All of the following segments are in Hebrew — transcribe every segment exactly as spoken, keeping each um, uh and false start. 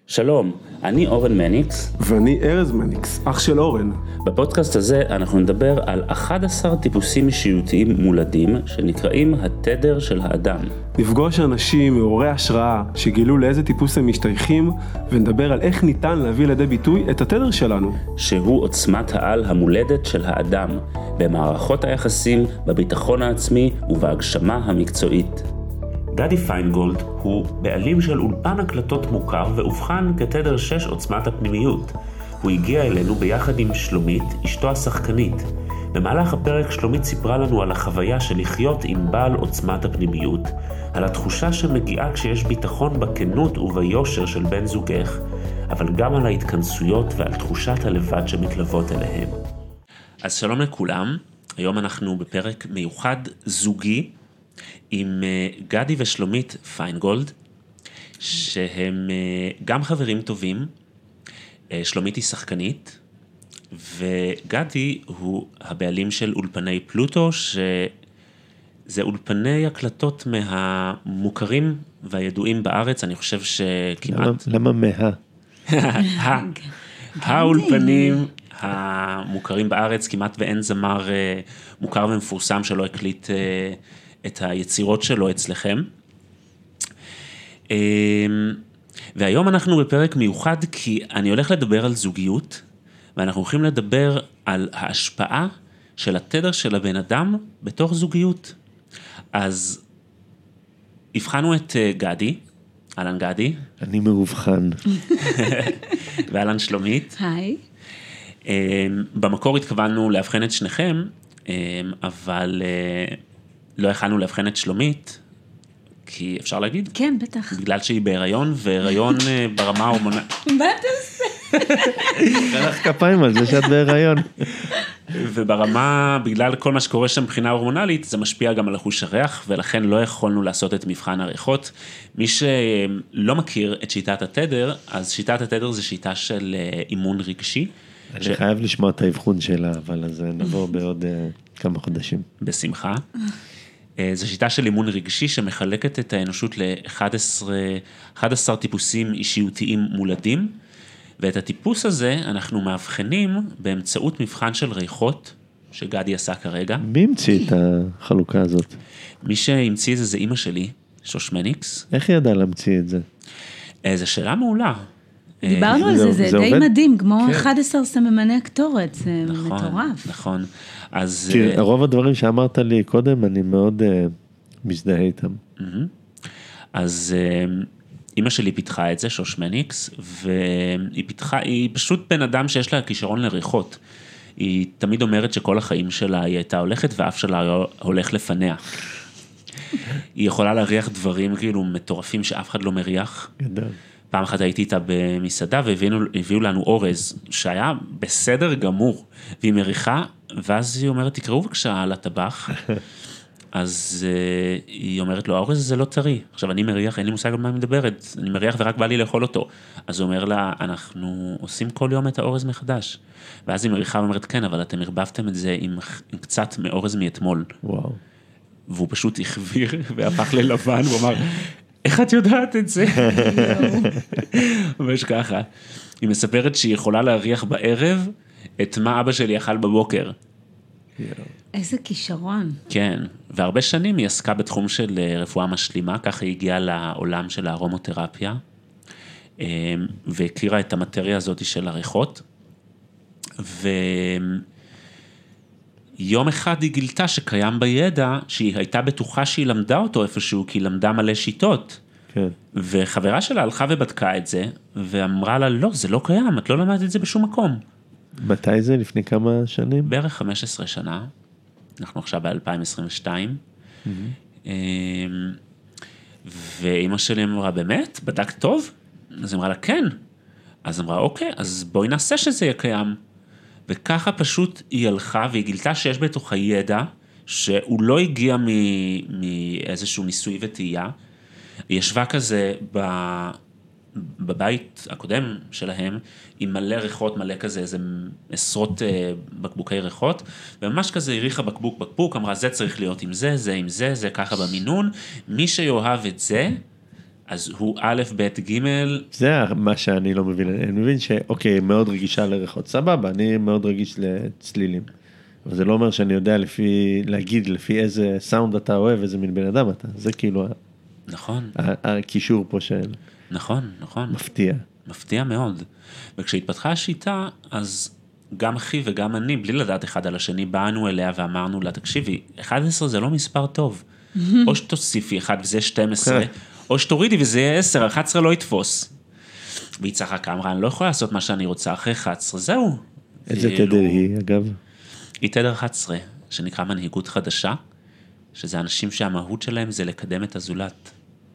שלום, אני אורן מניקס. ואני ארז מניקס, אח של אורן. בפודקאסט הזה אנחנו נדבר על אחד עשר טיפוסים אישיותיים מולדים שנקראים התדר של האדם. נפגוש אנשים מעוררי השראה שגילו לאיזה טיפוס הם משתייכים, ונדבר על איך ניתן להביא לידי ביטוי את התדר שלנו. שהוא עוצמת העל המולדת של האדם, במערכות היחסים, בביטחון העצמי ובהגשמה המקצועית. גדי פיינגולד הוא בעלים של אולפן הקלטות מוכר ואובחן כתדר שש עוצמת הפנימיות. הוא הגיע אלינו ביחד עם שלומית, אשתו השחקנית. במהלך הפרק שלומית סיפרה לנו על החוויה של לחיות עם בעל עוצמת הפנימיות, על התחושה שמגיעה כשיש ביטחון בכנות וביושר של בן זוגך, אבל גם על ההתכנסויות ועל תחושת הלבד שמתלוות אליהם. אז שלום לכולם, היום אנחנו בפרק מיוחד זוגי, עם גדי ושלומית פיינגולד, שהם גם חברים טובים. שלומית היא שחקנית, וגדי הוא הבעלים של אולפני פלוטו, שזה אולפני הקלטות מהמוכרים והידועים בארץ. אני חושב שכמעט... למה מה? האולפנים המוכרים בארץ, כמעט ואין זמר מוכר ומפורסם שלא הקליט את היצירות שלו אצלכם. והיום אנחנו בפרק מיוחד, כי אני הולך לדבר על זוגיות, ואנחנו הולכים לדבר על ההשפעה של התדר של הבן אדם בתוך זוגיות. אז הבחנו את גדי, אלן גדי. אני מאובחן. ואלן שלומית. היי. במקור התכוונו להבחן את שניכם, אבל... לא הכנו להבחן את שלומית, כי אפשר להגיד? כן, בטח. בגלל שהיא בהיריון, והיריון ברמה ההורמונלית. מה אתה עושה? חלך כפיים על זה שאת בהיריון. וברמה, בגלל כל מה שקורה שם מבחינה הורמונלית, זה משפיע גם על החוש הריח, ולכן לא יכולנו לעשות את מבחן הריחות. מי שלא מכיר את שיטת התדר, אז שיטת התדר זה שיטה של אימון רגשי. אני ש... חייב לשמוע את האבחון שלה, אבל אז נבוא בעוד uh, כמה חודשים. בשמחה. זו שיטה של אימון רגשי שמחלקת את האנושות ל-אחד עשר טיפוסים אישיותיים מולדים, ואת הטיפוס הזה אנחנו מאבחנים באמצעות מבחן של ריחות, שגדי עשה כרגע. מי המציא את החלוקה הזאת? מי שהמציא את זה זה אמא שלי, שוש מניקס. איך ידע להמציא את זה? זו שאלה מעולה. דיברנו על זה, זה די מדהים, כמו אחד עשר סממני הקטורת, זה מטורף. נכון, אז... כי רוב הדברים שאמרת לי קודם, אני מאוד מזדהה איתם. אז אמא שלי פיתחה את זה, שוש מניקס, והיא פיתחה, היא פשוט בן אדם שיש לה כישרון לריחות. היא תמיד אומרת שכל החיים שלה היא הייתה הולכת, ואף שלה הולך לפניה. היא יכולה להריח דברים כאילו מטורפים שאף אחד לא מריח. גדול. פעם אחת הייתי איתה במסעדה, והביאו לנו אורז, שהיה בסדר גמור, והיא מריחה, ואז היא אומרת, תקראו בבקשה על הטבח, אז uh, היא אומרת לו, האורז הזה לא טרי, עכשיו אני מריח, אין לי מושג על מה היא מדברת, אני מריח ורק בא לי לאכול אותו, אז הוא אומר לה, אנחנו עושים כל יום את האורז מחדש, ואז היא מריחה ואומרת, כן, אבל אתם הרבבתם את זה עם, עם קצת מאורז מאתמול, וואו. והוא פשוט הכביר, והפך ללבן, הוא אמר, איך את יודעת את זה? ממש ככה. היא מספרת שהיא יכולה להריח בערב את מה אבא שלי אכל בבוקר. איזה כישרון. כן, והרבה שנים היא עסקה בתחום של רפואה משלימה, ככה היא הגיעה לעולם של הארומותרפיה, והכירה את המטריה הזאת של הריחות, ויום אחד היא גילתה שקיים בידע, שהיא הייתה בטוחה שהיא למדה אותו איפשהו, כי היא למדה מלא שיטות, כן. וחברה שלה הלכה ובדקה את זה, ואמרה לה, לא, זה לא קיים, את לא למדת את זה בשום מקום. מתי זה? לפני כמה שנים? בערך חמש עשרה שנה, אנחנו עכשיו ב-אלפיים עשרים ושתיים, mm-hmm. ואמא שלי אמרה, באמת? בדק טוב? אז אמרה לה, כן. אז אמרה, אוקיי, אז בואי נעשה שזה יהיה קיים. וככה פשוט היא הלכה, והיא גילתה שיש בתוך הידע, שהוא לא הגיע מאיזשהו ניסוי וטעייה, היא ישבה כזה בבית הקודם שלהם, עם מלא ריחות, מלא כזה, איזה עשרות בקבוקי ריחות, וממש כזה הריחה בקבוק בקבוק, אמרה, זה צריך להיות עם זה, זה עם זה, זה ככה במינון, מי שיאהב את זה, אז הוא א', ב', ג'. זה מה שאני לא מבין, אני מבין שאוקיי, מאוד רגישה לריחות, סבבה, אני מאוד רגיש לצלילים, אבל זה לא אומר שאני יודע לפי, להגיד לפי איזה סאונד אתה אוהב, איזה מין בן אדם אתה, זה כאילו, נכון. הקישור פה של... נכון, נכון. מפתיע. מפתיע מאוד. וכשהתפתחה השיטה, אז גם אחי וגם אני, בלי לדעת אחד על השני, באנו אליה ואמרנו לה, תקשיבי, אחת עשרה זה לא מספר טוב. או שתוסיפי אחד וזה שתים עשרה, או שתורידי וזה יהיה עשר, אחת עשרה לא יתפוס. והיא צחקה, אמרה, אני לא יכולה לעשות מה שאני רוצה אחרי אחת עשרה, זהו. איזה תדר היא, אגב? היא תדר אחת עשרה, שנקרא מנהיגות חדשה, שזה אנשים שהמהות שלהם זה לקדם את הזולת.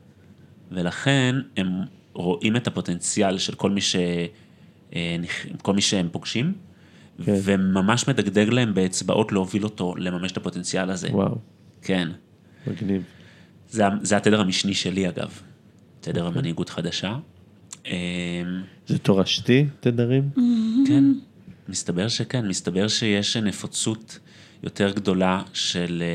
ולכן הם רואים את הפוטנציאל של כל מי, ש... כל מי שהם פוגשים, כן. וממש מדגדג להם באצבעות להוביל אותו, לממש את הפוטנציאל הזה. וואו. כן. מגניב. זה, זה התדר המשני שלי אגב, תדר okay. המנהיגות חדשה. זה תורשתי תדרים? כן, מסתבר שכן, מסתבר שיש נפוצות יותר גדולה של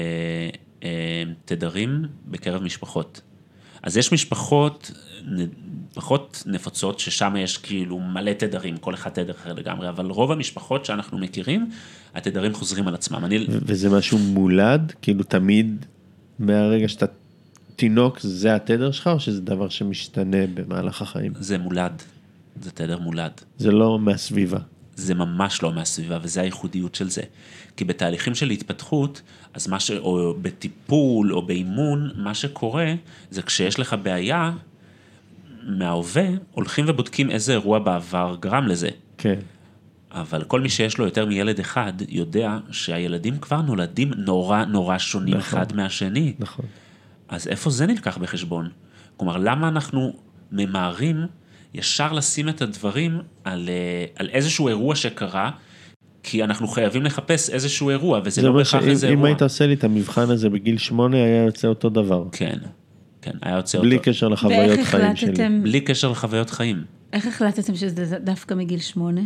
תדרים בקרב משפחות. אז יש משפחות פחות נפוצות, ששם יש כאילו מלא תדרים, כל אחד תדר אחר לגמרי, אבל רוב המשפחות שאנחנו מכירים, התדרים חוזרים על עצמם. אני... וזה משהו מולד, כאילו תמיד מהרגע שאתה תינוק, זה התדר שלך, או שזה דבר שמשתנה במהלך החיים? זה מולד, זה תדר מולד. זה לא מהסביבה. זה ממש לא מהסביבה, וזה הייחודיות של זה. כי בתהליכים של התפתחות, אז מה ש... או בטיפול או באימון, מה שקורה, זה כשיש לך בעיה, מההווה, הולכים ובודקים איזה אירוע בעבר גרם לזה. כן. אבל כל מי שיש לו יותר מילד אחד, יודע שהילדים כבר נולדים נורא נורא שונים נכון. אחד מהשני. נכון. אז איפה זה נלקח בחשבון? כלומר, למה אנחנו ממהרים ישר לשים את הדברים על, על איזשהו אירוע שקרה, כי אנחנו חייבים לחפש איזשהו אירוע, וזה לא בכך איזה אירוע. אם היית עושה לי את המבחן הזה בגיל שמונה, היה יוצא אותו דבר. כן, כן, היה יוצא בלי אותו. בלי קשר לחוויות חיים שלי. בלי קשר לחוויות חיים. איך החלטתם שזה דווקא מגיל שמונה?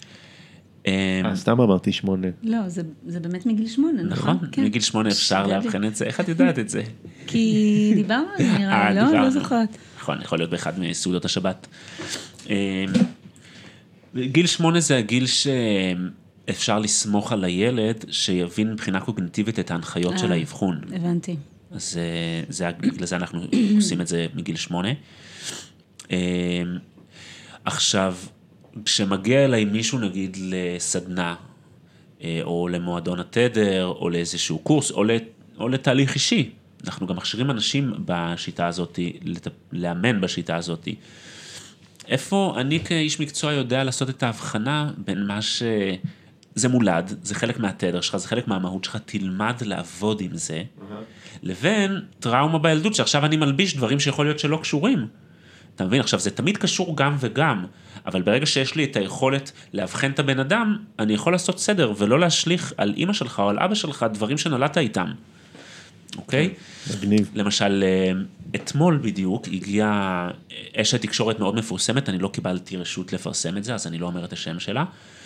סתם אמרתי שמונה. לא, זה, זה באמת מגיל שמונה, נכון? כן. מגיל שמונה אפשר להבחן את זה. איך את יודעת את זה? כי דיברנו על זה, נראה, לא? לא זוכרת. נכון, יכול להיות באחד מסעודות השבת. גיל שמונה זה הגיל שאפשר לסמוך על הילד, שיבין מבחינה קוגניטיבית את ההנחיות של האבחון. הבנתי. אז זה, לזה אנחנו עושים את זה מגיל שמונה. עכשיו, כשמגיע אליי מישהו נגיד לסדנה, או למועדון התדר, או לאיזשהו קורס, או, לת, או לתהליך אישי, אנחנו גם מכשירים אנשים בשיטה הזאת, לאמן בשיטה הזאת. איפה אני כאיש מקצוע יודע לעשות את ההבחנה בין מה ש... זה מולד, זה חלק מהתדר שלך, זה חלק מהמהות שלך, תלמד לעבוד עם זה, לבין טראומה בילדות, שעכשיו אני מלביש דברים שיכול להיות שלא קשורים. אתה מבין? עכשיו, זה תמיד קשור גם וגם, אבל ברגע שיש לי את היכולת להבחן את הבן אדם, אני יכול לעשות סדר, ולא להשליך על אמא שלך או על אבא שלך דברים שנולדת איתם. אוקיי? מגניב. למשל, אתמול בדיוק הגיעה אשת תקשורת מאוד מפורסמת, אני לא קיבלתי רשות לפרסם את זה, אז אני לא אומר את השם שלה,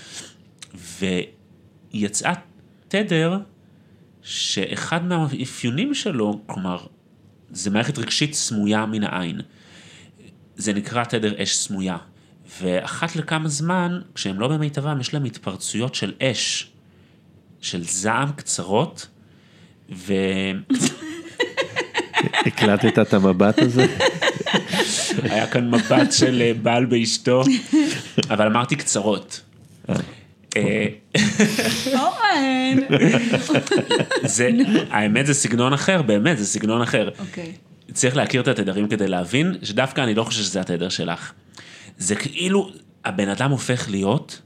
ויצאה תדר שאחד מהאפיונים שלו, כלומר, זה מערכת רגשית סמויה מן העין. זה נקרא תדר אש סמויה. ואחת לכמה זמן, כשהם לא במיטבם, יש להם התפרצויות של אש, של זעם קצרות, ו... הקלטת את המבט הזה? היה כאן מבט של בעל באשתו, אבל אמרתי קצרות. אורן. האמת זה סגנון אחר, באמת זה סגנון אחר. צריך להכיר את התדרים כדי להבין, שדווקא אני לא חושב שזה התדר שלך. זה כאילו, הבן אדם הופך להיות,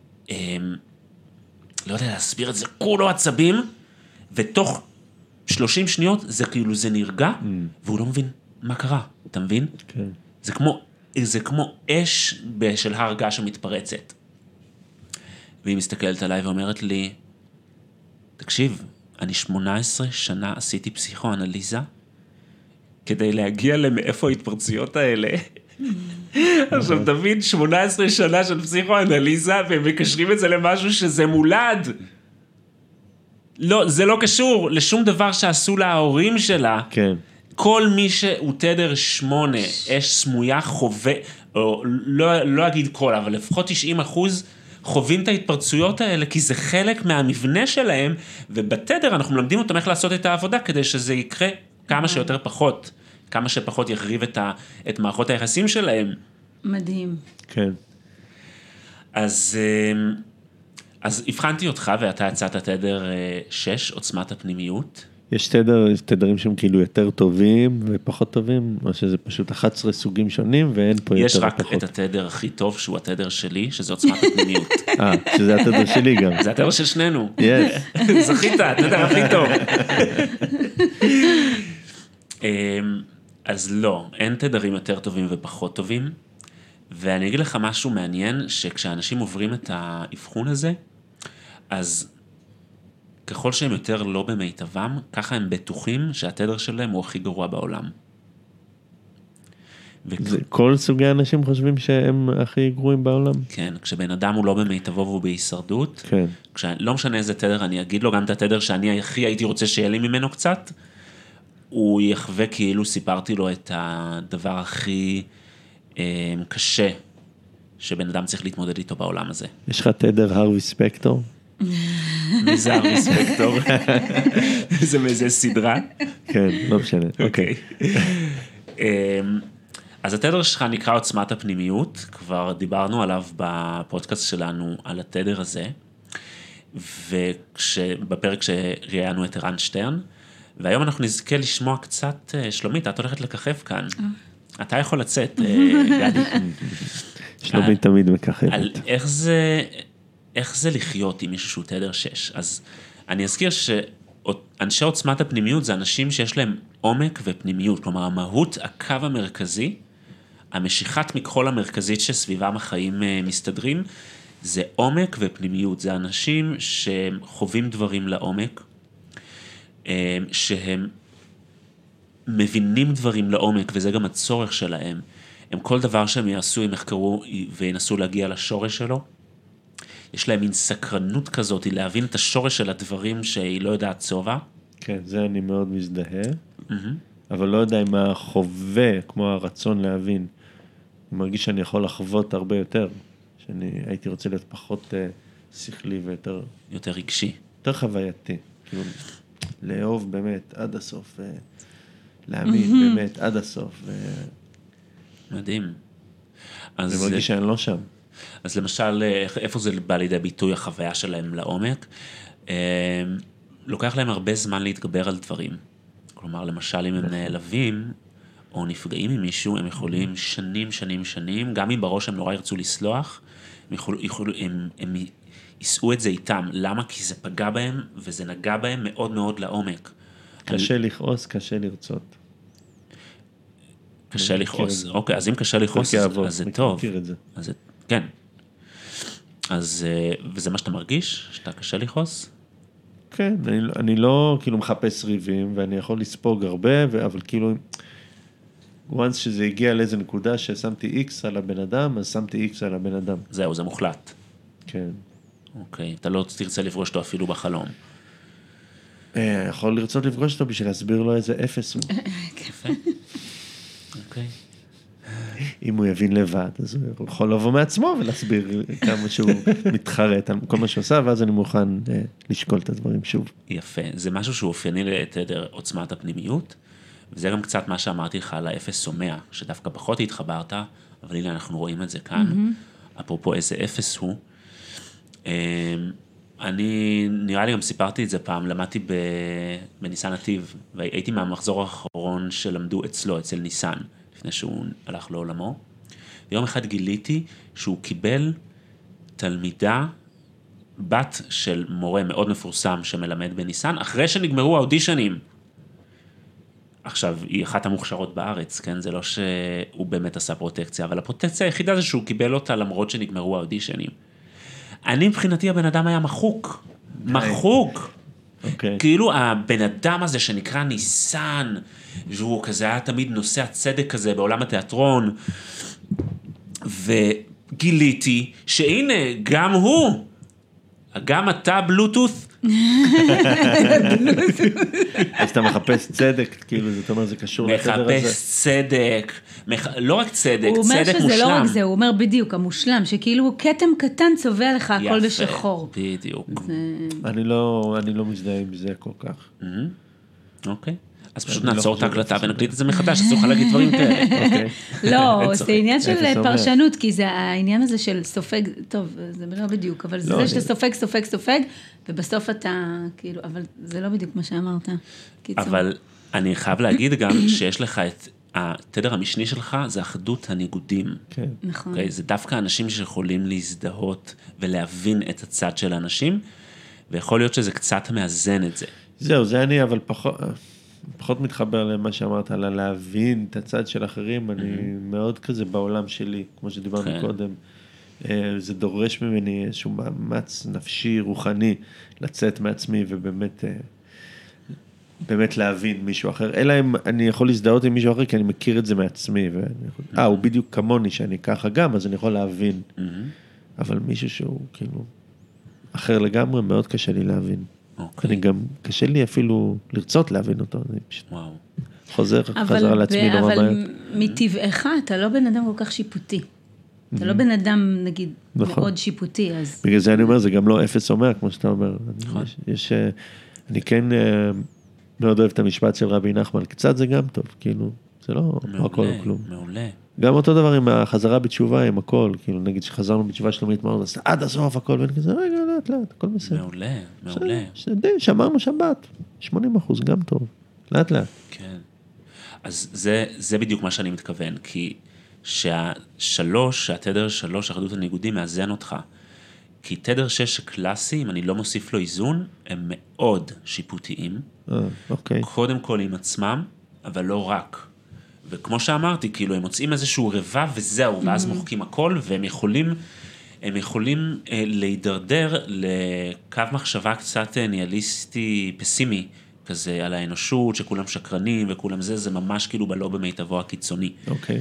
לא יודע להסביר את זה, כולו עצבים, ותוך שלושים שניות זה כאילו זה נרגע, והוא לא מבין מה קרה, אתה מבין? כן. זה כמו, זה כמו אש של הר געש שמתפרצת. והיא מסתכלת עליי ואומרת לי, תקשיב, אני שמונה עשרה שנה עשיתי פסיכואנליזה, כדי להגיע למאיפה ההתפרצויות האלה. עכשיו תבין, שמונה עשרה שנה של פסיכואנליזה, והם מקשרים את זה למשהו שזה מולד. לא, זה לא קשור לשום דבר שעשו לה ההורים שלה. כן. כל מי שהוא תדר שמונה, אש סמויה חווה, או לא, לא אגיד כל, אבל לפחות תשעים אחוז חווים את ההתפרצויות האלה, כי זה חלק מהמבנה שלהם, ובתדר אנחנו מלמדים אותם איך לעשות את העבודה, כדי שזה יקרה כמה שיותר פחות, כמה שפחות יחריב את, ה, את מערכות היחסים שלהם. מדהים. כן. אז, אז הבחנתי אותך, ואתה יצאת תדר שש, עוצמת הפנימיות. יש תדר, יש תדרים שהם כאילו יותר טובים ופחות טובים, או שזה פשוט אחת עשרה סוגים שונים, ואין פה יותר ופחות. יש רק את התדר הכי טוב, שהוא התדר שלי, שזה עוצמת הפנימיות. אה, שזה התדר שלי גם. זה התדר של שנינו. Yes. זכית, התדר הכי טוב. אז לא, אין תדרים יותר טובים ופחות טובים, ואני אגיד לך משהו מעניין, שכשאנשים עוברים את האבחון הזה, אז ככל שהם יותר לא במיטבם, ככה הם בטוחים שהתדר שלהם הוא הכי גרוע בעולם. זה כל סוגי האנשים חושבים שהם הכי גרועים בעולם? כן, כשבן אדם הוא לא במיטבו והוא בהישרדות, כן. לא משנה איזה תדר אני אגיד לו, גם את התדר שאני הכי הייתי רוצה שיהיה לי ממנו קצת, הוא יחווה כאילו סיפרתי לו את הדבר הכי אה, קשה, שבן אדם צריך להתמודד איתו בעולם הזה. יש לך תדר הרווי ספקטור? מי זה הרווי ספקטור? זה מאיזה סדרה? כן, לא משנה. אוקיי. אז התדר שלך נקרא עוצמת הפנימיות, כבר דיברנו עליו בפודקאסט שלנו על התדר הזה, ובפרק שראיינו את ערן שטרן, והיום אנחנו נזכה לשמוע קצת, שלומית, את הולכת לככב כאן. אתה יכול לצאת, גדי. שלומית תמיד מככבת. על איך זה, איך זה לחיות עם מישהו שהוא תדר שש. אז אני אזכיר שאנשי עוצמת הפנימיות זה אנשים שיש להם עומק ופנימיות, כלומר המהות, הקו המרכזי, המשיכת מכחול המרכזית שסביבם החיים מסתדרים, זה עומק ופנימיות, זה אנשים שחווים דברים לעומק, שהם מבינים דברים לעומק, וזה גם הצורך שלהם. הם כל דבר שהם יעשו, הם יחקרו וינסו להגיע לשורש שלו. יש להם מין סקרנות כזאת, היא להבין את השורש של הדברים שהיא לא יודעת צובה. כן, זה אני מאוד מזדהה, mm-hmm. אבל לא יודע אם החווה, כמו הרצון להבין, אני מרגיש שאני יכול לחוות הרבה יותר, שאני הייתי רוצה להיות פחות uh, שכלי ויותר... יותר רגשי. יותר חווייתי, כאילו, לאהוב באמת עד הסוף, להאמין mm-hmm. באמת עד הסוף. ו... מדהים. אני מרגיש שאני לא שם. אז למשל, איפה זה בא לידי ביטוי החוויה שלהם לעומק? לוקח להם הרבה זמן להתגבר על דברים. כלומר, למשל, אם הם נעלבים או נפגעים ממישהו, הם יכולים שנים, שנים, שנים, גם אם בראש הם נורא ירצו לסלוח, הם, יכול, יכול, הם, הם יישאו את זה איתם. למה? כי זה פגע בהם וזה נגע בהם מאוד מאוד לעומק. קשה אני... לכעוס, קשה לרצות. קשה לכעוס. אוקיי, אז אם קשה לכעוס, אז, אז זה טוב. אז זה, כן. אז, וזה מה שאתה מרגיש? שאתה קשה לכעוס? כן, אני, אני לא כאילו מחפש ריבים, ואני יכול לספוג הרבה, אבל כאילו, once שזה הגיע לאיזה נקודה ששמתי X על הבן אדם, אז שמתי X על הבן אדם. זהו, זה מוחלט. כן. אוקיי, אתה לא תרצה לפגוש אותו אפילו בחלום. יכול לרצות לפגוש אותו בשביל להסביר לו איזה אפס הוא. יפה. אוקיי. אם הוא יבין לבד, אז הוא יכול לבוא מעצמו ולהסביר כמה שהוא מתחרט על כל מה שעושה, ואז אני מוכן לשקול את הדברים שוב. יפה, זה משהו שהוא אופייני לתדר עוצמת הפנימיות, וזה גם קצת מה שאמרתי לך על האפס סומע, שדווקא פחות התחברת, אבל הנה אנחנו רואים את זה כאן, אפרופו איזה אפס הוא. אני, נראה לי גם סיפרתי את זה פעם, למדתי בניסן נתיב, והייתי מהמחזור האחרון שלמדו אצלו, אצל ניסן, לפני שהוא הלך לעולמו. ויום אחד גיליתי שהוא קיבל תלמידה, בת של מורה מאוד מפורסם שמלמד בניסן, אחרי שנגמרו האודישנים. עכשיו, היא אחת המוכשרות בארץ, כן? זה לא שהוא באמת עשה פרוטקציה, אבל הפרוטקציה היחידה זה שהוא קיבל אותה למרות שנגמרו האודישנים. אני מבחינתי הבן אדם היה מחוק, מחוק. Okay. כאילו הבן אדם הזה שנקרא ניסן, והוא כזה היה תמיד נושא הצדק כזה בעולם התיאטרון, וגיליתי שהנה גם הוא, גם אתה בלוטות' אז אתה מחפש צדק, כאילו, זאת אומרת, זה קשור לתדר הזה. מחפש צדק, לא רק צדק, צדק מושלם. הוא אומר שזה לא רק זה, הוא אומר בדיוק, המושלם, שכאילו כתם קטן צובע לך הכל בשחור. בדיוק. אני לא מזדהה עם זה כל כך. אוקיי. אז פשוט נעצור את ההקלטה ונקליט את זה מחדש, אז תוכל להגיד דברים כאלה. לא, זה עניין של פרשנות, כי זה העניין הזה של סופג, טוב, זה לא בדיוק, אבל זה שאתה סופג, סופג, סופג, ובסוף אתה, כאילו, אבל זה לא בדיוק מה שאמרת. אבל אני חייב להגיד גם שיש לך את התדר המשני שלך, זה אחדות הניגודים. נכון. זה דווקא אנשים שיכולים להזדהות ולהבין את הצד של האנשים, ויכול להיות שזה קצת מאזן את זה. זהו, זה אני, אבל פחות... פחות מתחבר למה שאמרת, על להבין את הצד של אחרים, אני מאוד כזה בעולם שלי, כמו שדיברנו קודם, זה דורש ממני איזשהו מאמץ נפשי, רוחני, לצאת מעצמי ובאמת, באמת להבין מישהו אחר, אלא אם אני יכול להזדהות עם מישהו אחר, כי אני מכיר את זה מעצמי, אה, הוא בדיוק כמוני, שאני ככה גם, אז אני יכול להבין, אבל מישהו שהוא כאילו אחר לגמרי, מאוד קשה לי להבין. אני גם, קשה לי אפילו לרצות להבין אותו, אני פשוט חוזר חזרה לעצמי נורא מהר. אבל מטבעך, אתה לא בן אדם כל כך שיפוטי. אתה לא בן אדם, נגיד, מאוד שיפוטי, אז... בגלל זה אני אומר, זה גם לא אפס או מאה, כמו שאתה אומר. יש, אני כן מאוד אוהב את המשפט של רבי נחמן, קצת זה גם טוב, כאילו, זה לא הכל או כלום. מעולה. גם אותו דבר עם החזרה בתשובה, עם הכל, כאילו, נגיד שחזרנו בתשובה שלומית, מה אז עד הסוף הכל, ואני כזה, רגע, לאט, לאט, הכל בסדר. מעולה, מעולה. שמרנו שבת, שמונים אחוז, גם טוב, לאט, לאט. כן. אז זה, זה בדיוק מה שאני מתכוון, כי שהשלוש, שהתדר שלוש, אחדות הניגודים, מאזן אותך. כי תדר שש קלאסי, אם אני לא מוסיף לו איזון, הם מאוד שיפוטיים. אה, אוקיי. קודם כל עם עצמם, אבל לא רק. וכמו שאמרתי, כאילו, הם מוצאים איזשהו רבב וזהו, ואז מוחקים הכל, והם יכולים, הם יכולים אה, להידרדר לקו מחשבה קצת ניאליסטי, פסימי, כזה על האנושות, שכולם שקרנים וכולם זה, זה ממש כאילו בלא במיטבו הקיצוני. אוקיי.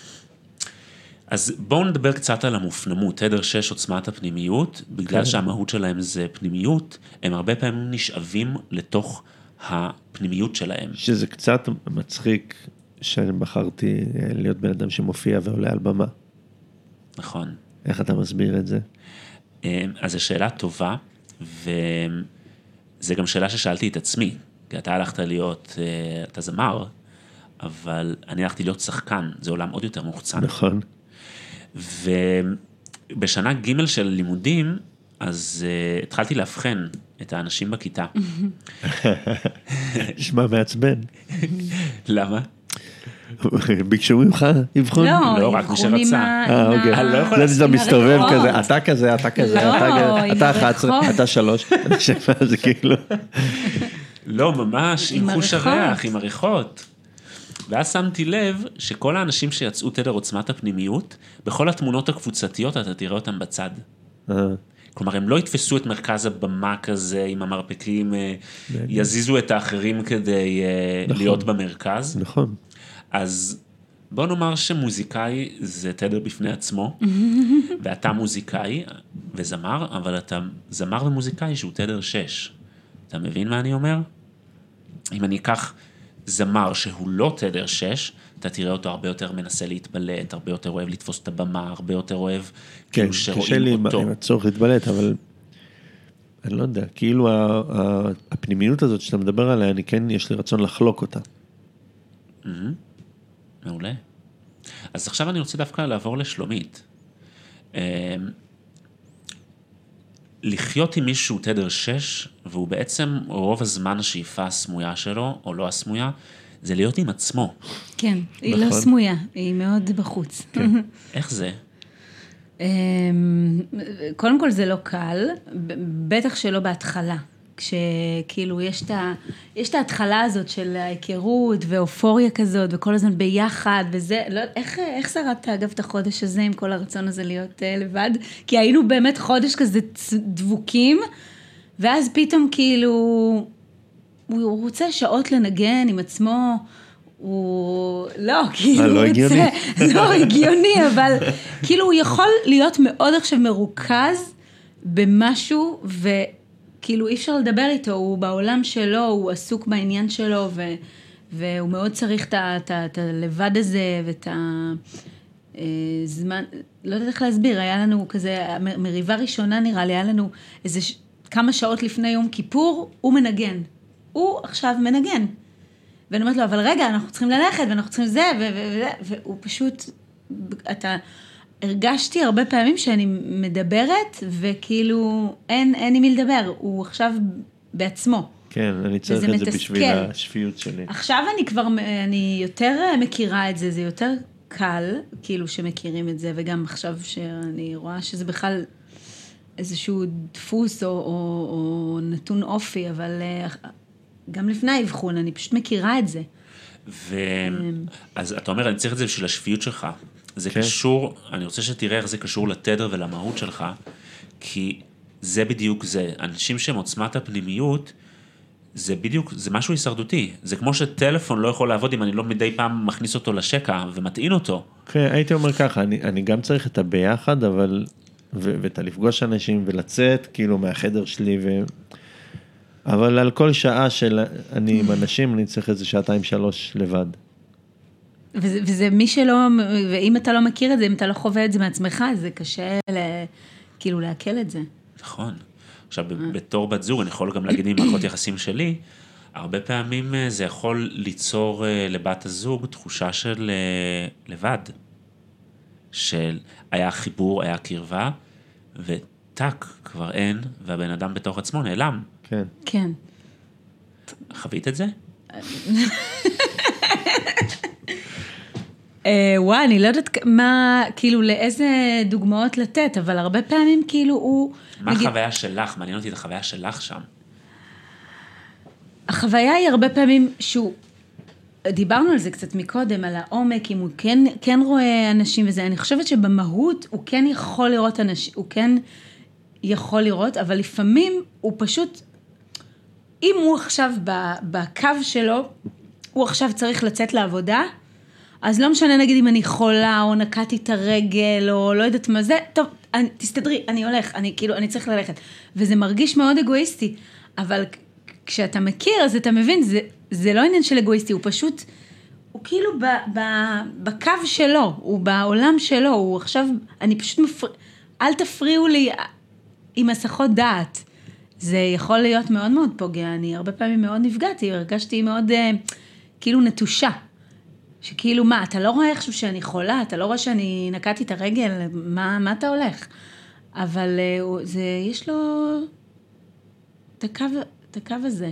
אז בואו נדבר קצת על המופנמות, תדר שש עוצמת הפנימיות, בגלל שהמהות שלהם זה פנימיות, הם הרבה פעמים נשאבים לתוך הפנימיות שלהם. שזה קצת מצחיק, שאני בחרתי להיות בן אדם שמופיע ועולה על במה. נכון. איך אתה מסביר את זה? אז זו שאלה טובה, וזה גם שאלה ששאלתי את עצמי, כי אתה הלכת להיות, אתה זמר, אבל אני הלכתי להיות שחקן, זה עולם עוד יותר מוחצן. נכון. ובשנה ג' של לימודים, אז uh, התחלתי להבחן את האנשים בכיתה. שמע מעצבן. למה? ביקשו ממך, יבחון? לא, רק מי שרצה. אה, אוקיי. זה מסתובב כזה, אתה כזה, אתה כזה, אתה אחת עשרה, אתה שלוש, זה כאילו... לא, ממש, עם חוש הריח, עם עריכות. ואז שמתי לב שכל האנשים שיצאו תדר עוצמת הפנימיות, בכל התמונות הקבוצתיות אתה תראה אותם בצד. כלומר, הם לא יתפסו את מרכז הבמה כזה עם המרפקים, יזיזו את האחרים כדי להיות במרכז. נכון. אז בוא נאמר שמוזיקאי זה תדר בפני עצמו, ואתה מוזיקאי וזמר, אבל אתה זמר ומוזיקאי שהוא תדר שש. אתה מבין מה אני אומר? אם אני אקח זמר שהוא לא תדר שש, אתה תראה אותו הרבה יותר מנסה להתבלט, הרבה יותר אוהב לתפוס את הבמה, הרבה יותר אוהב כאילו שרואים אותו. כן, קשה לי עם הצורך להתבלט, אבל אני לא יודע, כאילו הפנימיות הזאת שאתה מדבר עליה, אני כן, יש לי רצון לחלוק אותה. מעולה. אז עכשיו אני רוצה דווקא לעבור לשלומית. לחיות עם מישהו תדר שש, והוא בעצם רוב הזמן השאיפה הסמויה שלו, או לא הסמויה, זה להיות עם עצמו. כן, היא לא סמויה, היא מאוד בחוץ. איך זה? קודם כל זה לא קל, בטח שלא בהתחלה. כשכאילו יש את, יש את ההתחלה הזאת של ההיכרות ואופוריה כזאת וכל הזמן ביחד וזה, לא, איך, איך שרדת אגב את החודש הזה עם כל הרצון הזה להיות uh, לבד? כי היינו באמת חודש כזה דבוקים, ואז פתאום כאילו, הוא רוצה שעות לנגן עם עצמו, הוא לא, כאילו לא הוא הגיוני. רוצה, לא הגיוני, אבל כאילו הוא יכול להיות מאוד עכשיו מרוכז במשהו ו... כאילו אי אפשר לדבר איתו, הוא בעולם שלו, הוא עסוק בעניין שלו, ו, והוא מאוד צריך את הלבד הזה, ואת הזמן, לא יודעת איך להסביר, היה לנו כזה, מריבה ראשונה נראה לי, היה לנו איזה כמה שעות לפני יום כיפור, הוא מנגן. הוא עכשיו מנגן. ואני אומרת לו, אבל רגע, אנחנו צריכים ללכת, ואנחנו צריכים זה, וזה, והוא פשוט, אתה, הרגשתי הרבה פעמים שאני מדברת, וכאילו, אין, אין עם מי לדבר, הוא עכשיו בעצמו. כן, אני צריך את זה בשביל השפיות שלי. עכשיו אני כבר, אני יותר מכירה את זה, זה יותר קל, כאילו שמכירים את זה, וגם עכשיו שאני רואה שזה בכלל איזשהו דפוס או, או, או נתון אופי, אבל גם לפני האבחון, אני פשוט מכירה את זה. ו... אז אתה אומר, אני צריך את זה בשביל השפיות שלך. זה קשור, אני רוצה שתראה איך זה קשור לתדר ולמהות שלך, כי זה בדיוק זה. אנשים שהם עוצמת הפנימיות, זה בדיוק, זה משהו הישרדותי. זה כמו שטלפון לא יכול לעבוד אם אני לא מדי פעם מכניס אותו לשקע ומטעין אותו. כן, הייתי אומר ככה, אני, אני גם צריך את הביחד, אבל, ו, ואת הלפגוש אנשים ולצאת, כאילו, מהחדר שלי, ו... אבל על כל שעה של אני עם אנשים, אני צריך איזה שעתיים שלוש לבד. וזה, וזה מי שלא, ואם אתה לא מכיר את זה, אם אתה לא חווה את זה מעצמך, זה קשה ל, כאילו להקל את זה. נכון. עכשיו, בתור בת זוג, אני יכול גם להגיד עם מערכות יחסים שלי, הרבה פעמים זה יכול ליצור לבת הזוג תחושה של לבד, של היה חיבור, היה קרבה, וטק, כבר אין, והבן אדם בתוך עצמו נעלם. כן. כן. חווית את זה? וואי, אני לא יודעת מה, כאילו, לאיזה דוגמאות לתת, אבל הרבה פעמים כאילו הוא... מה החוויה שלך? מעניין אותי את החוויה שלך שם. החוויה היא הרבה פעמים שהוא, דיברנו על זה קצת מקודם, על העומק, אם הוא כן, כן רואה אנשים וזה, אני חושבת שבמהות הוא כן יכול לראות אנשים, הוא כן יכול לראות, אבל לפעמים הוא פשוט, אם הוא עכשיו בקו שלו, הוא עכשיו צריך לצאת לעבודה, אז לא משנה נגיד אם אני חולה, או נקעתי את הרגל, או לא יודעת מה זה, טוב, אני, תסתדרי, אני הולך, אני כאילו, אני צריך ללכת. וזה מרגיש מאוד אגואיסטי, אבל כשאתה מכיר, אז אתה מבין, זה, זה לא עניין של אגואיסטי, הוא פשוט, הוא כאילו ב, ב, בקו שלו, הוא בעולם שלו, הוא עכשיו, אני פשוט מפר... אל תפריעו לי עם מסכות דעת. זה יכול להיות מאוד מאוד פוגע, אני הרבה פעמים מאוד נפגעתי, הרגשתי מאוד כאילו נטושה. שכאילו מה, אתה לא רואה עכשיו שאני חולה, אתה לא רואה שאני נקעתי את הרגל, מה, מה אתה הולך? אבל זה, יש לו את הקו, את הקו הזה.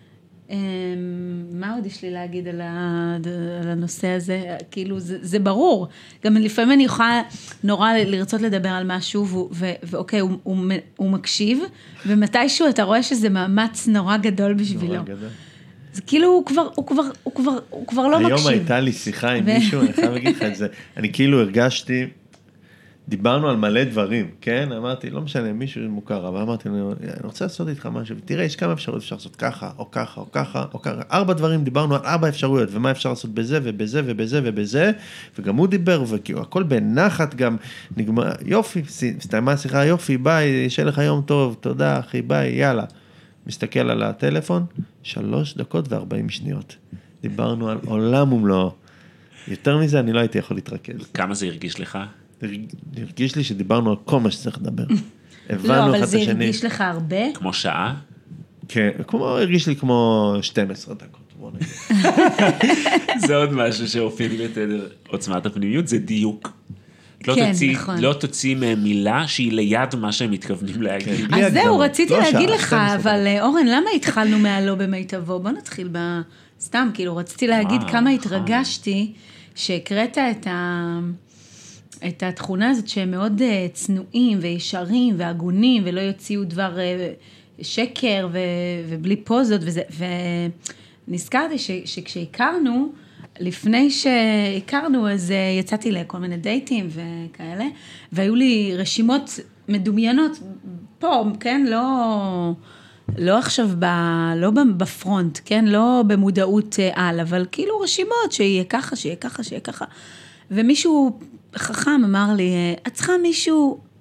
מה עוד יש לי להגיד על, ה, על הנושא הזה? כאילו, זה, זה ברור. גם לפעמים אני יכולה נורא לרצות לדבר על משהו, ו, ו, ואוקיי, הוא, הוא, הוא מקשיב, ומתישהו אתה רואה שזה מאמץ נורא גדול בשבילו. נורא גדול. זה כאילו הוא כבר, הוא כבר, הוא כבר, הוא כבר לא מקשיב. היום הייתה לי שיחה עם מישהו, אני חייב להגיד לך את זה, אני כאילו הרגשתי, דיברנו על מלא דברים, כן? אמרתי, לא משנה, מישהו מוכר, אבל אמרתי, אני רוצה לעשות איתך משהו, תראה, יש כמה אפשרויות, אפשר לעשות ככה, או ככה, או ככה, או ככה, ארבע דברים, דיברנו על ארבע אפשרויות, ומה אפשר לעשות בזה, ובזה, ובזה, ובזה, וגם הוא דיבר, וכאילו, הכל בנחת גם, נגמר, יופי, סתיימה השיחה, יופי, ביי, שיהיה לך יום טוב, תודה, אחי, ביי, יאללה. מסתכל על הטלפון, שלוש דקות וארבעים שניות. דיברנו על עולם ומלואו. יותר מזה, אני לא הייתי יכול להתרכז. כמה זה הרגיש לך? הרגיש לי שדיברנו על כל מה שצריך לדבר. לא, אבל זה הרגיש לך הרבה? כמו שעה? כן, כמו, הרגיש לי כמו שתים עשרה דקות. זה עוד משהו שאופיין בתדר עוצמת הפנימיות, זה דיוק. לא, כן, תוציא, נכון. לא תוציא מילה שהיא ליד מה שהם מתכוונים להגיד. אז זהו, רציתי להגיד לך, אבל אורן, למה התחלנו מהלא במיטבו? בוא נתחיל בסתם, כאילו, רציתי להגיד כמה התרגשתי שהקראת את, ה... את התכונה הזאת שהם מאוד צנועים וישרים והגונים, ולא יוציאו דבר שקר ו... ובלי פוזות, וזה... ונזכרתי ש... שכשהכרנו, לפני שהכרנו, אז יצאתי לכל מיני דייטים וכאלה, והיו לי רשימות מדומיינות פה, כן, לא, לא עכשיו, ב, לא בפרונט, כן, לא במודעות על, אבל כאילו רשימות שיהיה ככה, שיהיה ככה, שיהיה ככה. ומישהו חכם אמר לי, את צריכה מישהו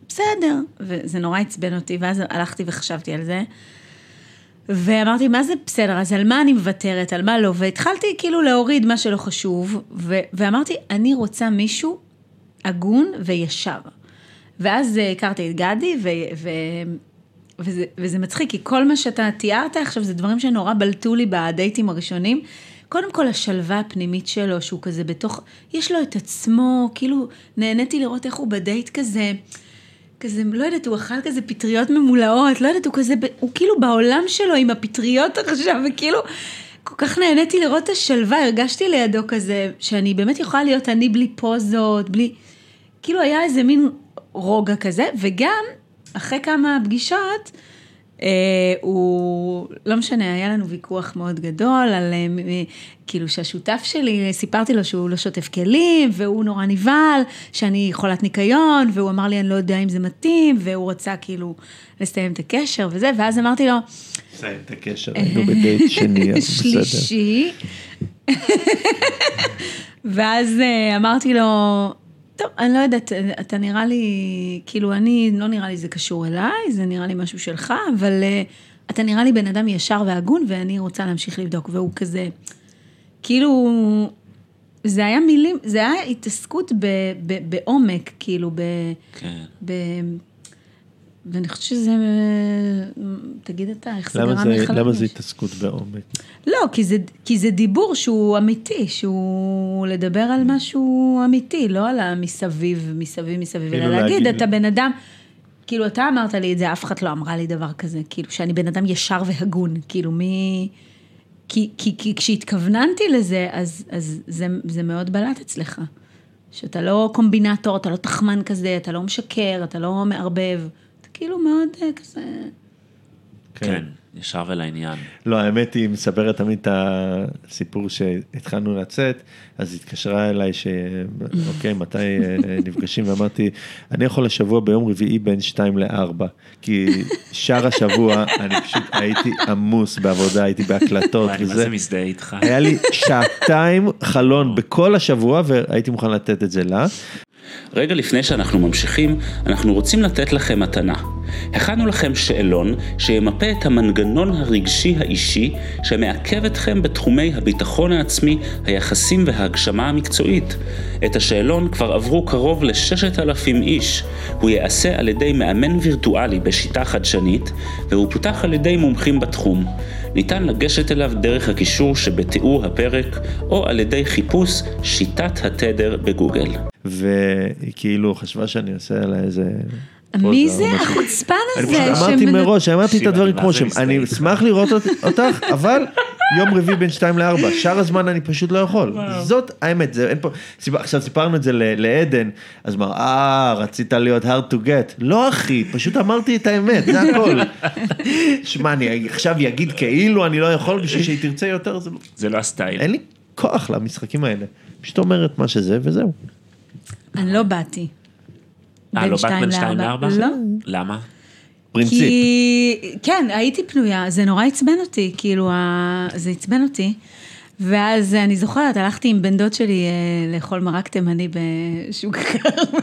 בסדר, וזה נורא עצבן אותי, ואז הלכתי וחשבתי על זה, ואמרתי, מה זה בסדר, אז על מה אני מוותרת, על מה לא, והתחלתי כאילו להוריד מה שלא חשוב, ו- ואמרתי, אני רוצה מישהו הגון וישר. ואז הכרתי את גדי, ו- ו- וזה, וזה מצחיק, כי כל מה שאתה תיארת עכשיו, זה דברים שנורא בלטו לי בדייטים הראשונים, קודם כל השלווה הפנימית שלו, שהוא כזה בתוך, יש לו את עצמו, כאילו נהניתי לראות איך הוא בדייט כזה, כזה, לא יודעת, הוא אכל כזה פטריות ממולאות, לא יודעת, הוא כזה, הוא כאילו בעולם שלו עם הפטריות עכשיו, וכאילו, כל כך נהניתי לראות את השלווה, הרגשתי לידו כזה, שאני באמת יכולה להיות אני בלי פוזות, בלי, כאילו היה איזה מין רוגע כזה, וגם אחרי כמה פגישות, אה, הוא, לא משנה, היה לנו ויכוח מאוד גדול, על, אה, כאילו שהשותף שלי, סיפרתי לו שהוא לא שוטף כלים, והוא נורא נבהל, שאני חולת ניקיון, והוא אמר לי, אני לא יודע אם זה מתאים, והוא רצה כאילו לסיים את הקשר וזה, ואז אמרתי לו, לסיים את הקשר, היינו בדייט שני, אז בסדר. שלישי, ואז אמרתי לו, טוב, אני לא יודעת, אתה נראה לי, כאילו אני, לא נראה לי זה קשור אליי, זה נראה לי משהו שלך, אבל אתה נראה לי בן אדם ישר והגון, ואני רוצה להמשיך לבדוק, והוא כזה, כאילו, זה היה מילים, זה היה התעסקות ב, ב, בעומק, כאילו, ב, כן. ב, ואני חושבת שזה, תגיד אתה, איך זה למה גרם לך? למה זה התעסקות בעומק? לא, כי זה, כי זה דיבור שהוא אמיתי, שהוא לדבר על משהו אמיתי, לא על המסביב, מסביב, מסביב, אלא להגיד, אתה בן אדם, כאילו אתה אמרת לי את זה, אף אחד לא אמרה לי דבר כזה, כאילו שאני בן אדם ישר והגון, כאילו מי, כי, כי, כי כשהתכווננתי לזה, אז, אז זה, זה מאוד בלט אצלך, שאתה לא קומבינטור, אתה לא תחמן כזה, אתה לא משקר, אתה לא מערבב, אתה כאילו מאוד כזה... כן, ישר ולעניין. לא, האמת היא, מספרת תמיד את הסיפור שהתחלנו לצאת, אז התקשרה אליי שאוקיי, מתי נפגשים, ואמרתי, אני יכול לשבוע ביום רביעי בין שתיים לארבע, כי שער השבוע אני פשוט הייתי עמוס בעבודה, הייתי בהקלטות וזה. מה זה מזדהה איתך? היה לי שעתיים חלון בכל השבוע, והייתי מוכן לתת את זה לה. רגע לפני שאנחנו ממשיכים, אנחנו רוצים לתת לכם מתנה. הכנו לכם שאלון שימפה את המנגנון הרגשי האישי שמעכב אתכם בתחומי הביטחון העצמי, היחסים וההגשמה המקצועית. את השאלון כבר עברו קרוב לששת אלפים איש. הוא יעשה על ידי מאמן וירטואלי בשיטה חדשנית, והוא פותח על ידי מומחים בתחום. ניתן לגשת אליו דרך הקישור שבתיאור הפרק, או על ידי חיפוש שיטת התדר בגוגל. והיא כאילו חשבה שאני עושה עליה איזה... מי זה החוצפן הזה? אני פשוט אמרתי מראש, אמרתי את הדברים כמו שהם, אני אשמח לראות אותך, אבל יום רביעי בין שתיים לארבע, שאר הזמן אני פשוט לא יכול. זאת האמת, אין פה, עכשיו סיפרנו את זה לעדן, אז אמר, אה, רצית להיות hard to get. לא אחי, פשוט אמרתי את האמת, זה הכל. שמע, אני עכשיו יגיד כאילו אני לא יכול, בשביל שהיא תרצה יותר, זה לא הסטייל. אין לי כוח למשחקים האלה. פשוט אומרת מה שזה וזהו. אני לא באתי. אה, לא באת בין שתיים לארבע? לא. למה? פרינציפ. כי, כן, הייתי פנויה, זה נורא עצבן אותי, כאילו, זה עצבן אותי, ואז אני זוכרת, הלכתי עם בן דוד שלי לאכול מרק תימני בשוק כרמל,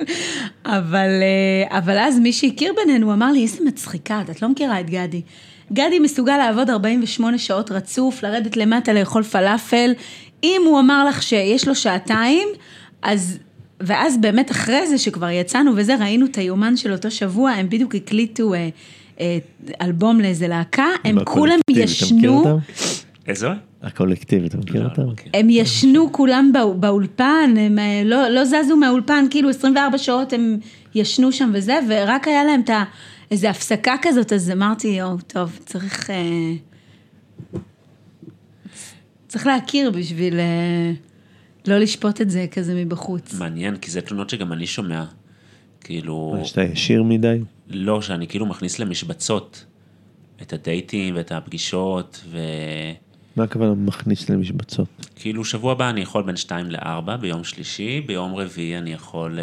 אבל, אבל אז מי שהכיר בינינו, הוא אמר לי, איזה מצחיקה, את לא מכירה את גדי. גדי מסוגל לעבוד ארבעים ושמונה שעות רצוף, לרדת למטה לאכול פלאפל, אם הוא אמר לך שיש לו שעתיים, אז... ואז באמת אחרי זה שכבר יצאנו וזה, ראינו את היומן של אותו שבוע, הם בדיוק הקליטו אה, אה, אלבום לאיזה להקה, הם כולם ישנו... איזו? הקולקטיב, אתה מכיר אותם? הם ישנו כולם באולפן, הם לא, לא זזו מהאולפן, כאילו עשרים וארבע שעות הם ישנו שם וזה, ורק היה להם את איזו הפסקה כזאת, אז אמרתי, או, טוב, צריך... אה, צריך להכיר בשביל... אה, לא לשפוט את זה כזה מבחוץ. מעניין, כי זה תלונות שגם אני שומע. כאילו... מה, שאתה ישיר מדי? לא, שאני כאילו מכניס למשבצות את הדייטים ואת הפגישות, ו... מה הכוונה מכניס למשבצות? כאילו שבוע הבא אני יכול בין שתיים לארבע, ביום שלישי, ביום רביעי אני יכול...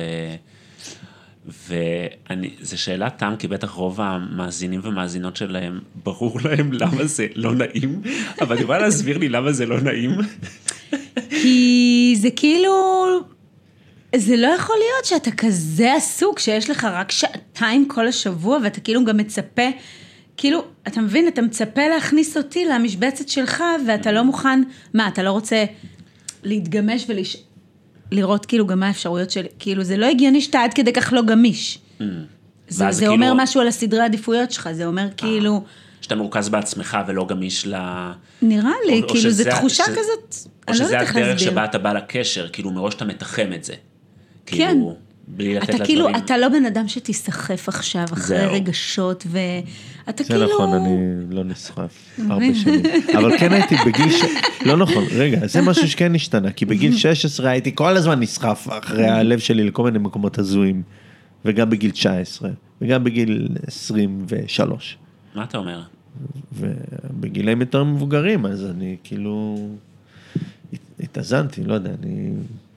וזו שאלה תם, כי בטח רוב המאזינים ומאזינות שלהם, ברור להם למה זה לא נעים, אבל אני יכולה להסביר לי למה זה לא נעים. כי זה כאילו, זה לא יכול להיות שאתה כזה עסוק, שיש לך רק שעתיים כל השבוע, ואתה כאילו גם מצפה, כאילו, אתה מבין, אתה מצפה להכניס אותי למשבצת שלך, ואתה לא מוכן, מה, אתה לא רוצה להתגמש ולראות כאילו גם מה האפשרויות שלי, כאילו, זה לא הגיוני שאתה עד כדי כך לא גמיש. זה, זה אומר משהו על הסדרי העדיפויות שלך, זה אומר כאילו... שאתה מורכז בעצמך ולא גמיש ל... נראה לי, כאילו, זו תחושה כזאת, או שזה הדרך שבה אתה בא לקשר, כאילו, מראש אתה מתחם את זה. כן. בלי לתת אתה כאילו, אתה לא בן אדם שתסחף עכשיו, אחרי רגשות, ואתה כאילו... זה נכון, אני לא נסחף, הרבה שנים. אבל כן הייתי בגיל ש... לא נכון, רגע, זה משהו שכן השתנה, כי בגיל שש עשרה הייתי כל הזמן נסחף, אחרי הלב שלי לכל מיני מקומות הזויים, וגם בגיל תשע עשרה, וגם בגיל עשרים ושלוש. מה אתה אומר? ובגילים יותר מבוגרים, אז אני כאילו... התאזנתי, לא יודע, אני...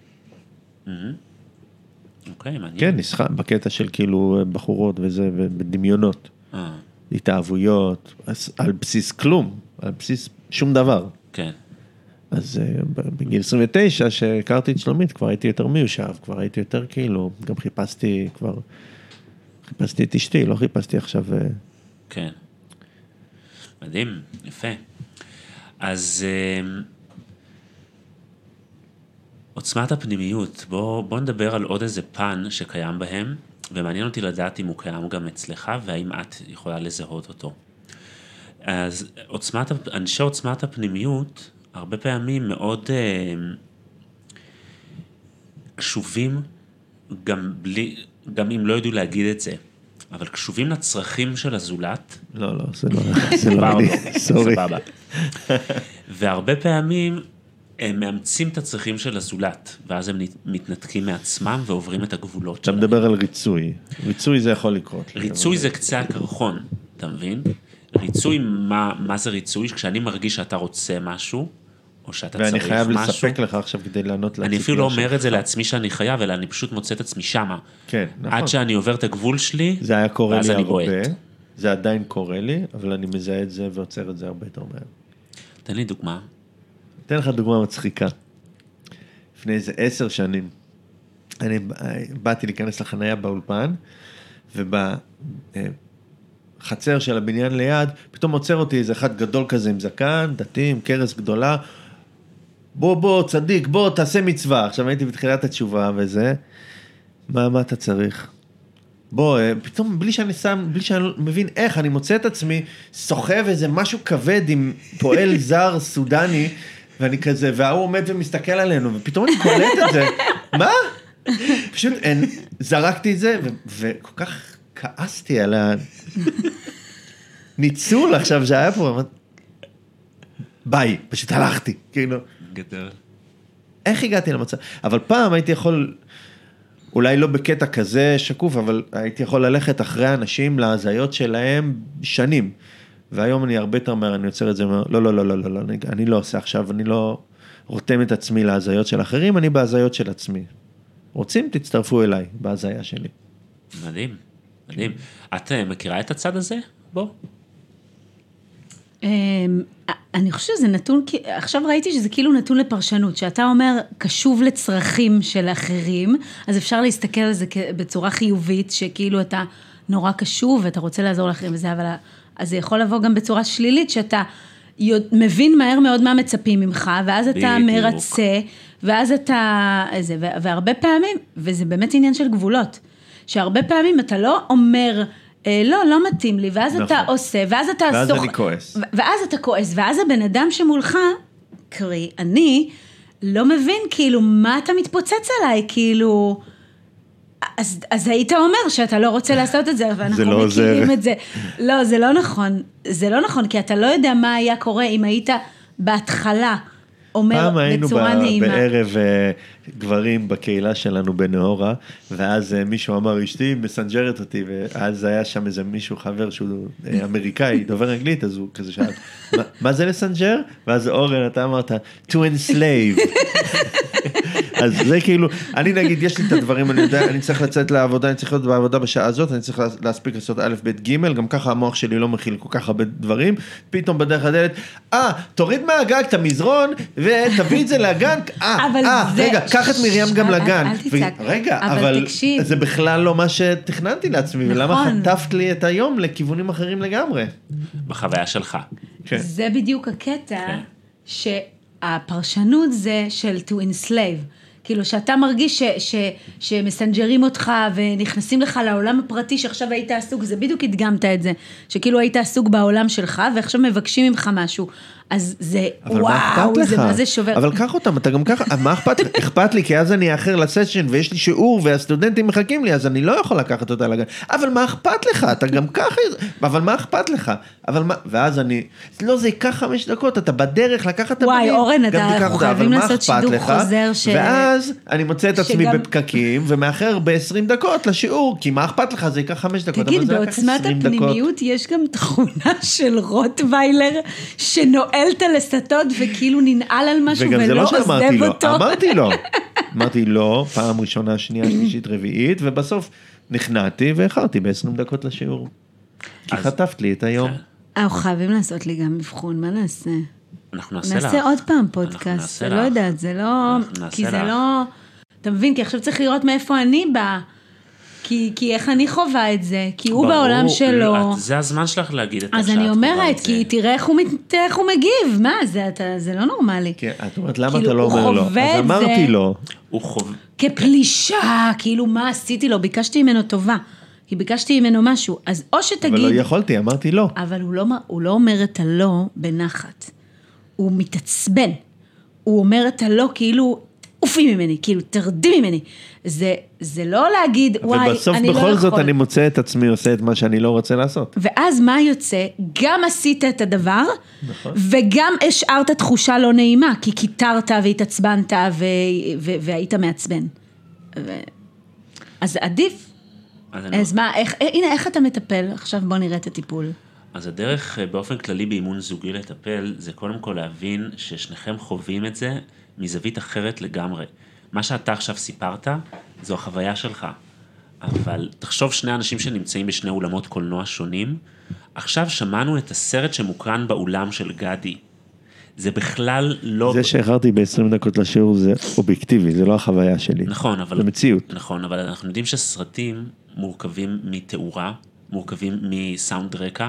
אוקיי, מעניין. כן, נסחף, בקטע של כאילו בחורות וזה, ובדמיונות. התאהבויות, על בסיס כלום, על בסיס שום דבר. כן. אז בגיל עשרים ותשע, שהכרתי את שלומית, כבר הייתי יותר מיושב, כבר הייתי יותר כאילו, גם חיפשתי כבר, חיפשתי את אשתי, לא חיפשתי עכשיו... כן. מדהים, יפה. אז עוצמת הפנימיות, בוא, בוא נדבר על עוד איזה פן שקיים בהם, ומעניין אותי לדעת אם הוא קיים גם אצלך, והאם את יכולה לזהות אותו. אז עוצמת, אנשי עוצמת הפנימיות, הרבה פעמים מאוד אה, קשובים, גם, בלי, גם אם לא ידעו להגיד את זה, אבל קשובים לצרכים של הזולת. לא, לא, זה לא, זה לא אני, סורי. סבבה. והרבה פעמים הם מאמצים את הצרכים של הזולת, ואז הם מתנתקים מעצמם ועוברים את הגבולות שלהם. אתה מדבר על ריצוי. ריצוי זה יכול לקרות. ריצוי זה קצה הקרחון, אתה מבין? ריצוי, מה, מה זה ריצוי? כשאני מרגיש שאתה רוצה משהו, או שאתה צריך משהו. ואני חייב לספק לך עכשיו כדי לענות אני אפילו לא אומר את זה לעצמי שאני חייב, אלא אני פשוט מוצא את עצמי שמה. כן, נכון. עד שאני עובר את הגבול שלי, זה היה קורה לי הרבה, בועט. זה עדיין קורה לי, אבל אני מזהה את זה ועוצר את זה הרבה יותר מהר. תן לי דוגמה. תן לך דוגמה מצחיקה. לפני איזה עשר שנים, אני באתי להיכנס לחנייה באולפן, ובחצר של הבניין ליד, פתאום עוצר אותי איזה אחד גדול כזה עם זקן, דתי, עם קרס גדולה, בוא, בוא, צדיק, בוא, תעשה מצווה. עכשיו הייתי בתחילת התשובה וזה, מה, מה אתה צריך? בוא, פתאום, בלי שאני שם, בלי שאני מבין איך, אני מוצא את עצמי, סוחב איזה משהו כבד עם פועל זר סודני, ואני כזה, והוא עומד ומסתכל עלינו, ופתאום אני קולט את זה. מה? פשוט, אין, זרקתי את זה, ו- וכל כך כעסתי על הניצול עכשיו שהיה פה, ביי, פשוט הלכתי, כאילו. גדול. איך הגעתי למצב? אבל פעם הייתי יכול, אולי לא בקטע כזה שקוף, אבל הייתי יכול ללכת אחרי אנשים להזיות שלהם שנים. והיום אני הרבה יותר מהר, אני יוצר את זה, לא, לא, לא, לא, לא, אני, אני לא עושה עכשיו, אני לא רותם את עצמי להזיות של אחרים, אני בהזיות של עצמי. רוצים? תצטרפו אליי, בהזיה שלי. מדהים, מדהים. את מכירה את הצד הזה? בוא. אני חושבת שזה נתון, עכשיו ראיתי שזה כאילו נתון לפרשנות, שאתה אומר קשוב לצרכים של אחרים, אז אפשר להסתכל על זה בצורה חיובית, שכאילו אתה נורא קשוב ואתה רוצה לעזור לאחרים וזה, אבל אז זה יכול לבוא גם בצורה שלילית, שאתה מבין מהר מאוד מה מצפים ממך, ואז אתה מרצה, ואז אתה, איזה, והרבה פעמים, וזה באמת עניין של גבולות, שהרבה פעמים אתה לא אומר, לא, לא מתאים לי, ואז אתה עושה, ואז אתה ואז אני כועס. ואז אתה כועס, ואז הבן אדם שמולך, קרי, אני, לא מבין כאילו מה אתה מתפוצץ עליי, כאילו, אז, אז היית אומר שאתה לא רוצה לעשות את זה, ואנחנו לא מכירים עוזר. את זה. לא, זה לא נכון. זה לא נכון, כי אתה לא יודע מה היה קורה אם היית בהתחלה אומר בצורה נעימה. פעם היינו בערב גברים בקהילה שלנו בנאורה, ואז מישהו אמר, אשתי מסנג'רת אותי, ואז היה שם איזה מישהו חבר שהוא אמריקאי, דובר אנגלית, אז הוא כזה שאל, מה זה לסנג'ר? ואז אורן, אתה אמרת, to enslave. אז זה כאילו, אני נגיד, יש לי את הדברים, אני יודע, אני צריך לצאת לעבודה, אני צריך להיות בעבודה בשעה הזאת, אני צריך להספיק לעשות א' ב' ג', גם ככה המוח שלי לא מכיל כל כך הרבה דברים, פתאום בדרך הדלת, אה, תוריד מהגג את המזרון, ותביא את זה לגן, אה, אה, רגע, קח את מרים גם לגן. אל תצעק. רגע, אבל זה בכלל לא מה שתכננתי לעצמי, ולמה חטפת לי את היום לכיוונים אחרים לגמרי? בחוויה שלך. זה בדיוק הקטע, שהפרשנות זה של to enslave. כאילו שאתה מרגיש ש, ש, שמסנג'רים אותך ונכנסים לך לעולם הפרטי שעכשיו היית עסוק, זה בדיוק הדגמת את זה, שכאילו היית עסוק בעולם שלך ועכשיו מבקשים ממך משהו, אז זה וואו, זה מה זה שובר. אבל קח אותם, אתה גם ככה, מה אכפת לי? אכפת לי, כי אז אני אאחר לסשן ויש לי שיעור והסטודנטים מחכים לי, אז אני לא יכול לקחת אותה לגן. אבל מה אכפת לך? אתה גם ככה, אבל מה אכפת לך? אבל מה, ואז אני, לא, זה ייקח חמש דקות, אתה בדרך לקחת את הבנים. וואי, אורן, אתה חייבים לעשות שידור חוזר ש... ואז אני מוצא את עצמי בפקקים ומאחר ב-עשרים דקות לשיעור, כי מה אכפת לך? זה ייקח חמש דקות. תגיד, בעוצמת הפנימיות יש גם תכונה של רוטוויילר שנועל את הלסתות וכאילו ננעל על משהו ולא עוזב אותו. אמרתי לו, אמרתי לו, פעם ראשונה, שנייה, שלישית, רביעית, ובסוף נכנעתי ואיחרתי ב-עשרים דקות לשיעור. כי חטפת לי את היום. אנחנו חייבים לעשות לי גם מבחון, מה נעשה? אנחנו נעשה לך. נעשה עוד פעם פודקאסט, לא יודעת, זה לא, כי זה לא, אתה מבין, כי עכשיו צריך לראות מאיפה אני באה, כי, כי איך אני חווה את זה, כי הוא בעולם שלו. זה הזמן שלך להגיד את אז אני אומרת, כי תראה איך הוא, תראה איך הוא מגיב, מה, זה, אתה, זה לא נורמלי. כן, את אומרת, למה אתה לא אומר לו? אז אמרתי לו. הוא חווה. כפלישה, כאילו מה עשיתי לו, ביקשתי ממנו טובה. כי ביקשתי ממנו משהו, אז או שתגיד... אבל לא יכולתי, אמרתי לא. אבל הוא לא, הוא לא אומר את הלא בנחת. הוא מתעצבן. הוא אומר את הלא כאילו, עופי ממני, כאילו, תרדי ממני. זה, זה לא להגיד, וואי, אני לא יכול. ובסוף בכל זאת אני מוצא את עצמי, עושה את מה שאני לא רוצה לעשות. ואז מה יוצא? גם עשית את הדבר, נכון. וגם השארת תחושה לא נעימה, כי קיטרת והתעצבנת ו... ו... והיית מעצבן. ו... אז עדיף. אז מה, איך, הנה, איך אתה מטפל? עכשיו בוא נראה את הטיפול. אז הדרך באופן כללי באימון זוגי לטפל, זה קודם כל להבין ששניכם חווים את זה מזווית אחרת לגמרי. מה שאתה עכשיו סיפרת, זו החוויה שלך. אבל תחשוב שני אנשים שנמצאים בשני אולמות קולנוע שונים, עכשיו שמענו את הסרט שמוקרן באולם של גדי. זה בכלל לא... זה שאיחרתי ב-עשרים דקות לשיעור זה אובייקטיבי, זה לא החוויה שלי. נכון, אבל... זה מציאות. נכון, אבל אנחנו יודעים שסרטים מורכבים מתאורה, מורכבים מסאונד רקע,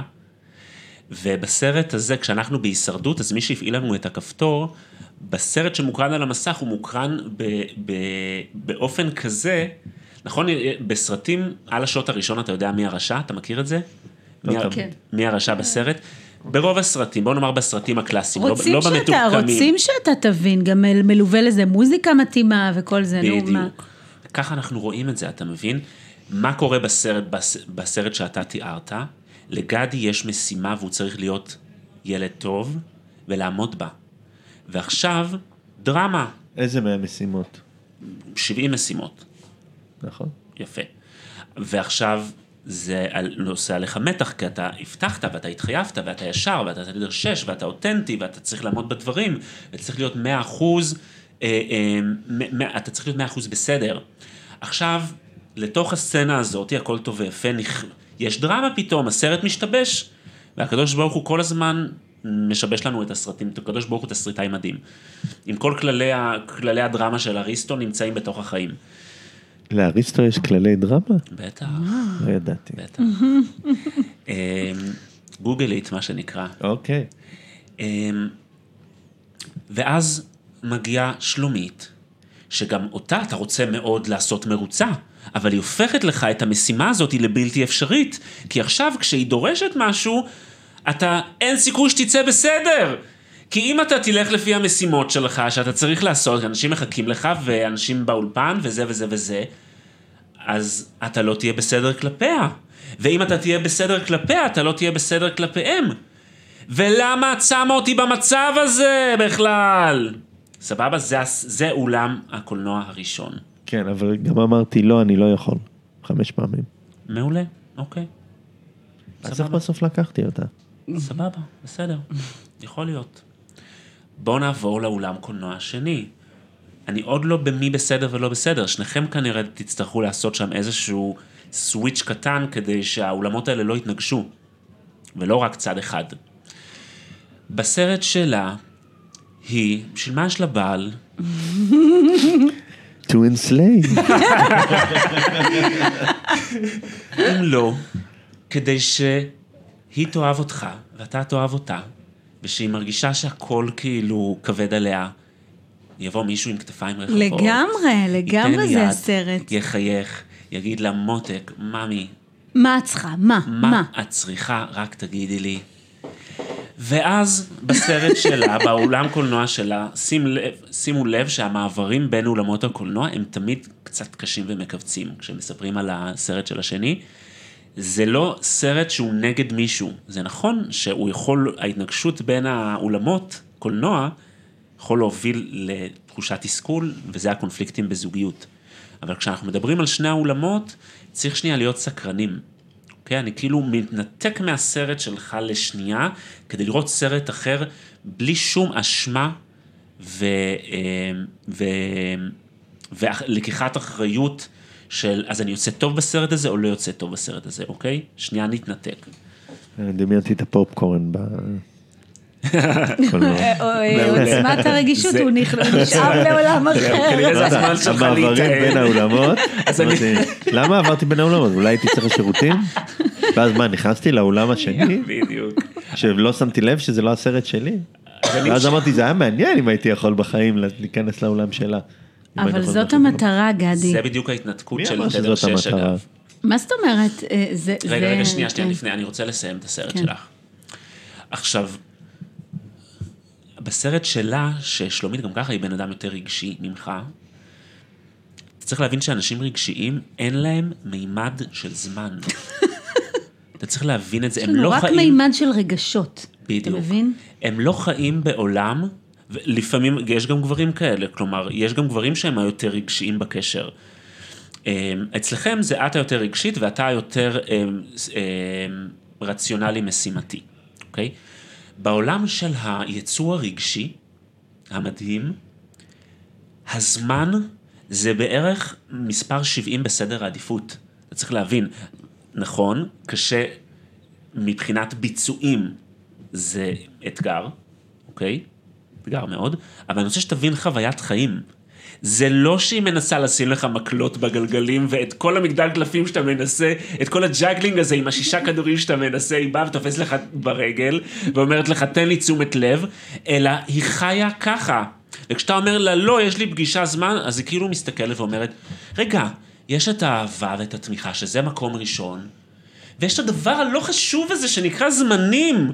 ובסרט הזה, כשאנחנו בהישרדות, אז מי שהפעיל לנו את הכפתור, בסרט שמוקרן על המסך, הוא מוקרן ב- ב- באופן כזה, נכון, בסרטים, על השוט הראשון אתה יודע מי הרשע, אתה מכיר את זה? מי, כן. מי הרשע בסרט? ברוב הסרטים, בואו נאמר בסרטים הקלאסיים, רוצים לא, לא שאתה, במתוחכמים. רוצים שאתה תבין, גם מלווה לזה מוזיקה מתאימה וכל זה, נו מה. ככה אנחנו רואים את זה, אתה מבין? מה קורה בסרט, בסרט שאתה תיארת? לגדי יש משימה והוא צריך להיות ילד טוב ולעמוד בה. ועכשיו, דרמה. איזה מהמשימות? שבעים משימות. נכון. יפה. ועכשיו זה עושה עליך מתח, כי אתה הבטחת ואתה התחייבת ואתה ישר ואתה תדר שש ואתה אותנטי ואתה צריך לעמוד בדברים וצריך להיות מאה אחוז, אתה צריך להיות מאה אחוז בסדר. עכשיו, לתוך הסצנה הזאת, הכל טוב ויפה, יש דרמה פתאום, הסרט משתבש, והקדוש ברוך הוא כל הזמן משבש לנו את הסרטים, הקדוש ברוך הוא תסריטאי מדהים. עם כל כללי, כללי הדרמה של אריסטו נמצאים בתוך החיים. לאריסטו יש כללי דרמה? בטח. לא ידעתי. בטח. גוגלית, מה שנקרא. אוקיי. ואז מגיעה שלומית, שגם אותה אתה רוצה מאוד לעשות מרוצה, אבל היא הופכת לך את המשימה הזאת לבלתי אפשרית, כי עכשיו כשהיא דורשת משהו, אתה אין סיכוי שתצא בסדר. כי אם אתה תלך לפי המשימות שלך, שאתה צריך לעשות, אנשים מחכים לך, ואנשים באולפן, וזה וזה וזה, אז אתה לא תהיה בסדר כלפיה. ואם אתה תהיה בסדר כלפיה, אתה לא תהיה בסדר כלפיהם. ולמה את שמה אותי במצב הזה בכלל? סבבה, זה, זה אולם הקולנוע הראשון. כן, אבל גם אמרתי לא, אני לא יכול. חמש פעמים. מעולה, אוקיי. אז איך בסוף לקחתי אותה? סבבה, בסדר. יכול להיות. בואו נעבור לאולם קולנוע השני. אני עוד לא במי בסדר ולא בסדר, שניכם כנראה תצטרכו לעשות שם איזשהו סוויץ' קטן, כדי שהאולמות האלה לא יתנגשו, ולא רק צד אחד. בסרט שלה, היא, בשביל מה יש לה בעל? To enslave. אם לא, כדי שהיא תאהב אותך, ואתה תאהב אותה, ושהיא מרגישה שהכל כאילו כבד עליה, יבוא מישהו עם כתפיים רחבות. לגמרי, לגמרי זה הסרט. יחייך, יגיד לה מותק, ממי. מה את צריכה? מה? מה? מה? את צריכה? רק תגידי לי. ואז בסרט שלה, באולם קולנוע שלה, שים לב, שימו לב שהמעברים בין אולמות הקולנוע הם תמיד קצת קשים ומקבצים. כשמספרים על הסרט של השני, זה לא סרט שהוא נגד מישהו. זה נכון שהוא יכול, ההתנגשות בין האולמות קולנוע, יכול להוביל לתחושת תסכול, וזה הקונפליקטים בזוגיות. אבל כשאנחנו מדברים על שני האולמות, צריך שנייה להיות סקרנים. אוקיי? אני כאילו מתנתק מהסרט שלך לשנייה, כדי לראות סרט אחר, בלי שום אשמה, ו... ו... ולקיחת אחריות של, אז אני יוצא טוב בסרט הזה, או לא יוצא טוב בסרט הזה, אוקיי? שנייה נתנתק. דמיינתי את הפופקורן ב... עוצמת הרגישות, הוא נשאר לעולם אחר. המעברים בין האולמות, למה עברתי בין האולמות? אולי הייתי צריך לשירותים? ואז מה, נכנסתי לאולם השני? בדיוק. שלא שמתי לב שזה לא הסרט שלי. ואז אמרתי, זה היה מעניין אם הייתי יכול בחיים להיכנס לאולם שלה. אבל זאת המטרה, גדי. זה בדיוק ההתנתקות של מי אמר תדר שזאת שש, המטרה? אגב. מה זאת אומרת? רגע, רגע, שנייה, שנייה לפני, אני רוצה לסיים את הסרט שלך. עכשיו, בסרט שלה, ששלומית גם ככה היא בן אדם יותר רגשי ממך, אתה צריך להבין שאנשים רגשיים, אין להם מימד של זמן. אתה צריך להבין את זה, הם לא רק חיים... מימד של רגשות. בדיוק. אתה מבין? הם לא חיים בעולם, ולפעמים יש גם גברים כאלה, כלומר, יש גם גברים שהם היותר רגשיים בקשר. אצלכם זה אתה יותר רגשית, ואתה יותר רציונלי משימתי, אוקיי? בעולם של היצוא הרגשי, המדהים, הזמן זה בערך מספר שבעים בסדר העדיפות. אתה צריך להבין, נכון, קשה מבחינת ביצועים, זה אתגר, אוקיי? אתגר מאוד, אבל אני רוצה שתבין חוויית חיים. זה לא שהיא מנסה לשים לך מקלות בגלגלים, ואת כל המגדל קלפים שאתה מנסה, את כל הג'אגלינג הזה עם השישה כדורים שאתה מנסה, היא באה ותופס לך ברגל, ואומרת לך, תן לי תשומת לב, אלא היא חיה ככה. וכשאתה אומר לה, לא, יש לי פגישה זמן, אז היא כאילו מסתכלת ואומרת, רגע, יש את האהבה ואת התמיכה, שזה מקום ראשון, ויש את הדבר הלא חשוב הזה שנקרא זמנים.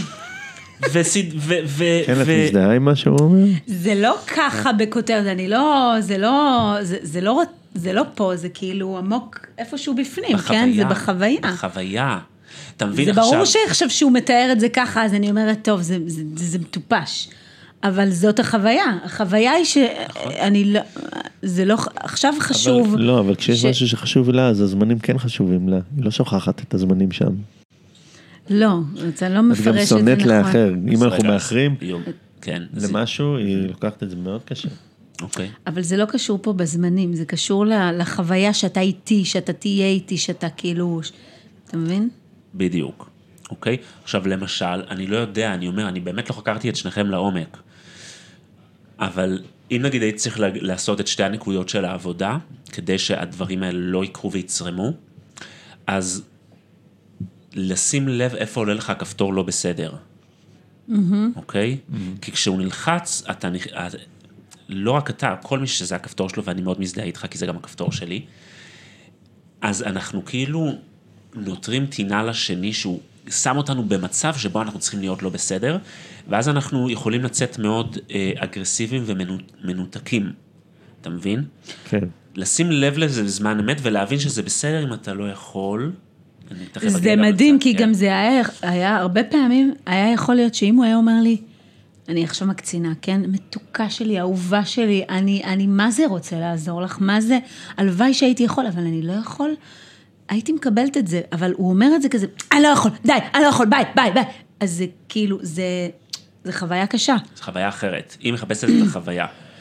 כן, את מזדהה עם מה שהוא אומר? זה לא ככה בכותרת, אני לא, זה לא, זה לא, זה לא פה, זה כאילו עמוק איפשהו בפנים, כן? זה בחוויה. בחוויה. אתה מבין זה עכשיו... ברור שעכשיו שהוא מתאר את זה ככה, אז אני אומרת, טוב, זה, זה, זה מטופש. אבל זאת החוויה. החוויה היא שאני לא, זה לא, עכשיו חשוב... לא, אבל כשיש משהו שחשוב לה, אז הזמנים כן חשובים לה. היא לא שוכחת את הזמנים שם. לא, אני לא מפרש את זה נכון. את גם שונאת לאחר. אם אנחנו מאחרים למשהו, היא לוקחת את זה מאוד קשה. אוקיי. אבל זה לא קשור פה בזמנים, זה קשור לחוויה שאתה איתי, שאתה תהיה איתי, שאתה כאילו... אתה מבין? בדיוק. אוקיי? עכשיו, למשל, אני לא יודע, אני אומר, אני באמת לא חקרתי את שניכם לעומק. אבל אם נגיד הייתי צריך לעשות את שתי הנקודות של העבודה, כדי שהדברים האלה לא יקרו ויצרמו, אז לשים לב איפה עולה לך הכפתור לא בסדר. אוקיי? כי כשהוא נלחץ, אתה, לא רק אתה, כל מי שזה הכפתור שלו, ואני מאוד מזדהה איתך, כי זה גם הכפתור שלי, אז אנחנו כאילו נותרים תינה לשני, שהוא שם אותנו במצב שבו אנחנו צריכים להיות לא בסדר, ואז אנחנו יכולים לצאת מאוד אגרסיביים ומנותקים. אתה מבין? כן. לשים לב לזה בזמן אמת, ולהבין שזה בסדר אם אתה לא יכול. זה מדהים, כי גם זה היה, היה הרבה פעמים, היה יכול להיות שאם הוא היה אומר לי, אני עכשיו מקצינה, כן? מתוקה שלי, אהובה שלי, אני, אני מה זה רוצה לעזור לך? מה זה? הלוואי שהייתי יכול, אבל אני לא יכול. הייתי מקבלת את זה, אבל הוא אומר את זה כזה, אני לא יכול, די, אני לא יכול, ביי, ביי, ביי. אז זה כאילו, זה, זה חוויה קשה. זה חוויה אחרת. היא מחפשת את החוויה.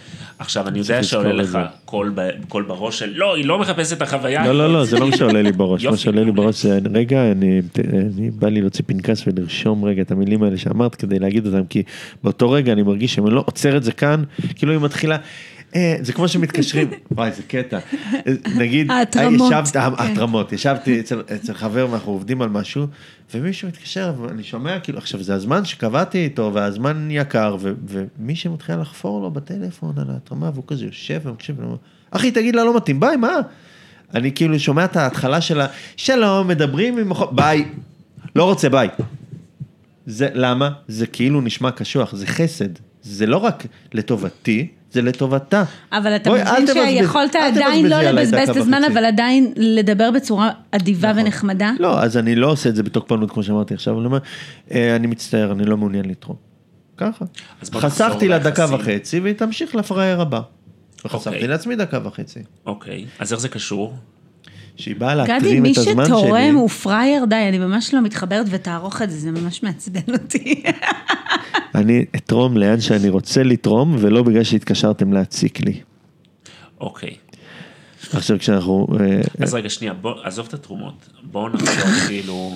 עכשיו, אני יודע שעולה לך קול בראש של, לא, היא לא מחפשת את החוויה. לא, לא, לא, זה לא מה שעולה לי בראש. מה שעולה לי בראש זה, רגע, אני בא לי להוציא פנקס ולרשום רגע את המילים האלה שאמרת, כדי להגיד אותם, כי באותו רגע אני מרגיש שאני לא עוצר את זה כאן, כאילו היא מתחילה, זה כמו שמתקשרים, וואי, זה קטע. נגיד, התרמות, ישבתי אצל חבר ואנחנו עובדים על משהו, ומישהו מתקשר, ואני שומע, כאילו, עכשיו, זה הזמן שקבעתי איתו, והזמן יקר, ומי שמתחיל לחפור לו בטלפון על התרמה, והוא כזה יושב ומקשיב, אחי, תגיד לה, לא מתאים, ביי, מה? אני כאילו שומע את ההתחלה שלה, שלום, מדברים עם החוק, ביי, לא רוצה, ביי. זה, למה? זה כאילו נשמע קשוח, זה חסד, זה לא רק לטובתי, זה לטובתה. אבל אתה מבין שיכולת עדיין לא לבזבז את הזמן, אבל עדיין לדבר בצורה אדיבה ונחמדה? לא, אז אני לא עושה את זה בתוקפנות, כמו שאמרתי עכשיו, אני אומר, אני מצטער, אני לא מעוניין לתרום. ככה. חסכתי לה דקה וחצי, והיא תמשיך לפרייר הבא. וחסכתי לעצמי דקה וחצי. אוקיי, אז איך זה קשור? שהיא באה להתרים את הזמן שלי. גדי, מי שתורם הוא פרייר, די, אני ממש לא מתחברת ותערוך את זה, זה ממש מעצבן אותי. אני אתרום לאן שאני רוצה לתרום, ולא בגלל שהתקשרתם להציק לי. אוקיי. עכשיו כשאנחנו... אז רגע, שנייה, בוא, עזוב את התרומות. בואו נחזור כאילו...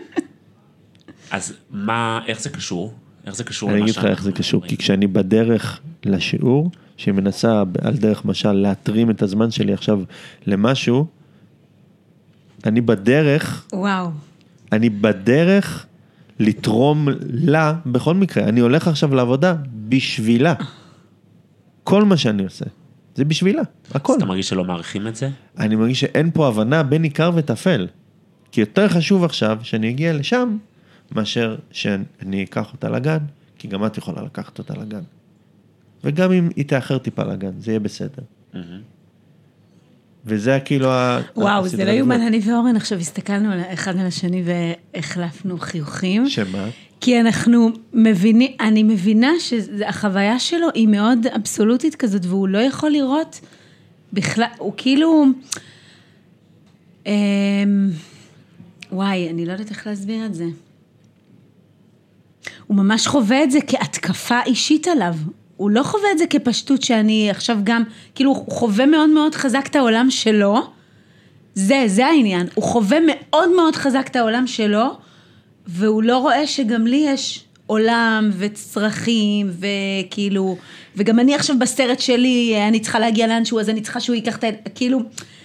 אז מה, איך זה קשור? איך זה קשור? אני אגיד לך איך זה קשור, כי כשאני בדרך לשיעור, שהיא מנסה על דרך משל להתרים את הזמן שלי עכשיו למשהו, אני בדרך... וואו. אני בדרך... לתרום לה, בכל מקרה, אני הולך עכשיו לעבודה בשבילה. כל מה שאני עושה, זה בשבילה, הכל. אז אתה מרגיש שלא מעריכים את זה? אני מרגיש שאין פה הבנה בין עיקר ותפל. כי יותר חשוב עכשיו שאני אגיע לשם, מאשר שאני אקח אותה לגן, כי גם את יכולה לקחת אותה לגן. וגם אם היא תאחר טיפה לגן, זה יהיה בסדר. וזה כאילו... וואו, זה לא יומן, אני ואורן עכשיו הסתכלנו על אחד על השני והחלפנו חיוכים. שמה? כי אנחנו מבינים, אני מבינה שהחוויה שלו היא מאוד אבסולוטית כזאת, והוא לא יכול לראות בכלל, הוא כאילו... וואי, אני לא יודעת איך להסביר את זה. הוא ממש חווה את זה כהתקפה אישית עליו. הוא לא חווה את זה כפשטות שאני עכשיו גם, כאילו הוא חווה מאוד מאוד חזק את העולם שלו, זה, זה העניין, הוא חווה מאוד מאוד חזק את העולם שלו, והוא לא רואה שגם לי יש עולם וצרכים, וכאילו, וגם אני עכשיו בסרט שלי, אני צריכה להגיע לאנשהו, אז אני צריכה שהוא ייקח את, כאילו,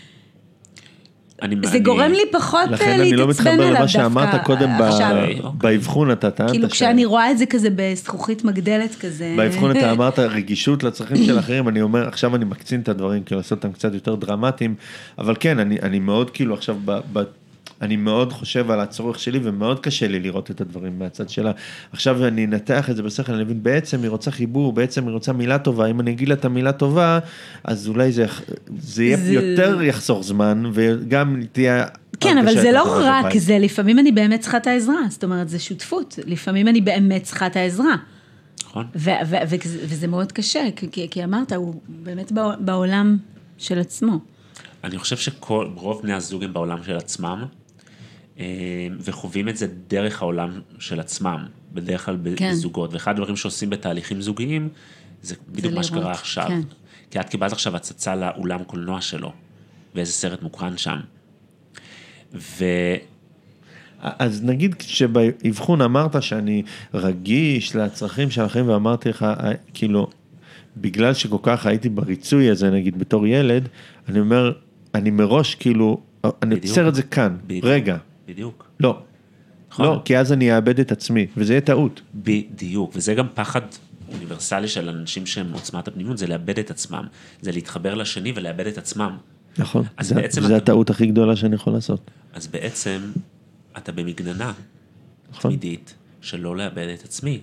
זה גורם לי פחות להתעצבן עליו דווקא. לכן אני לא מתחבר למה שאמרת קודם באבחון, אתה טענת. כאילו כשאני רואה את זה כזה בזכוכית מגדלת כזה. באבחון אתה אמרת רגישות לצרכים של אחרים, אני אומר, עכשיו אני מקצין את הדברים, כאילו לעשות אותם קצת יותר דרמטיים, אבל כן, אני מאוד כאילו עכשיו, אני מאוד חושב על הצורך שלי, ומאוד קשה לי לראות את הדברים מהצד שלה. עכשיו אני אנתח את זה בשכל, אני מבין, בעצם היא רוצה חיבור, בעצם היא רוצה מילה טובה, אם אני אגיד לה את המילה טובה, אז אולי זה, זה יהיה זה... יותר יחסוך זמן, וגם תהיה... כן, אבל זה לא רק בבית. זה, לפעמים אני באמת צריכה את העזרה, זאת אומרת, זה שותפות, לפעמים אני באמת צריכה את העזרה. נכון. ו- ו- ו- וזה מאוד קשה, כי, כי אמרת, הוא באמת בעולם של עצמו. אני חושב שכל, רוב בני הזוג הם בעולם של עצמם, וחווים את זה דרך העולם של עצמם, בדרך כלל כן. בזוגות, ואחד הדברים שעושים בתהליכים זוגיים, זה בדיוק זה מה שקרה עכשיו, כן. כי את קיבלת עכשיו הצצה לאולם קולנוע שלו, ואיזה סרט מוקרן שם, ו... אז נגיד שבאבחון אמרת שאני רגיש לצרכים של החיים, ואמרתי לך, כאילו, בגלל שכל כך הייתי בריצוי הזה, נגיד בתור ילד, אני אומר, אני מראש כאילו, אני עוצר את זה כאן, בדיוק. רגע. בדיוק. לא. נכון. לא, כי אז אני אאבד את עצמי, וזה יהיה טעות. בדיוק, וזה גם פחד אוניברסלי של אנשים שהם עוצמת הפנימיות, זה לאבד את עצמם, זה להתחבר לשני ולאבד את עצמם. נכון, זה, זה אתה... הטעות הכי גדולה שאני יכול לעשות. אז בעצם אתה במגננה נכון. תמידית של לא לאבד את עצמי.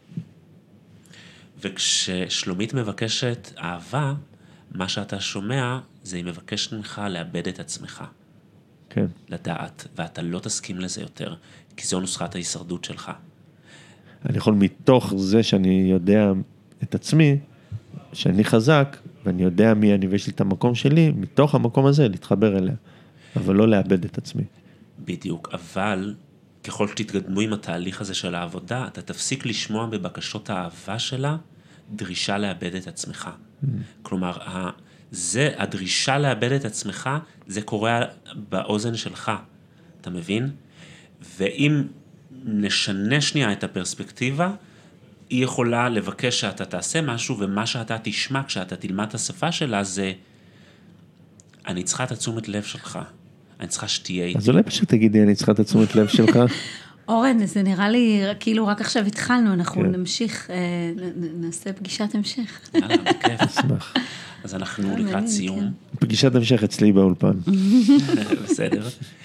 וכששלומית מבקשת אהבה, מה שאתה שומע זה היא מבקשת ממך לאבד את עצמך. כן. לדעת, ואתה לא תסכים לזה יותר, כי זו נוסחת ההישרדות שלך. אני יכול מתוך זה שאני יודע את עצמי, שאני חזק, ואני יודע מי אני ויש לי את המקום שלי, מתוך המקום הזה להתחבר אליה, אבל לא לאבד את עצמי. בדיוק, אבל ככל שתתקדמו עם התהליך הזה של העבודה, אתה תפסיק לשמוע בבקשות האהבה שלה, דרישה לאבד את עצמך. כלומר, זה, הדרישה לאבד את עצמך, זה קורה באוזן שלך, אתה מבין? ואם נשנה שנייה את הפרספקטיבה, היא יכולה לבקש שאתה תעשה משהו, ומה שאתה תשמע כשאתה תלמד את השפה שלה, זה, אני צריכה את התשומת לב שלך, אני צריכה שתהיה איתי. אז אולי פשוט תגידי, אני צריכה את התשומת לב שלך. אורן, זה נראה לי, כאילו רק עכשיו התחלנו, אנחנו נמשיך, נעשה פגישת המשך. יאללה, בכיף. אשמח. אז אנחנו לקראת סיום. פגישת המשך אצלי באולפן. בסדר.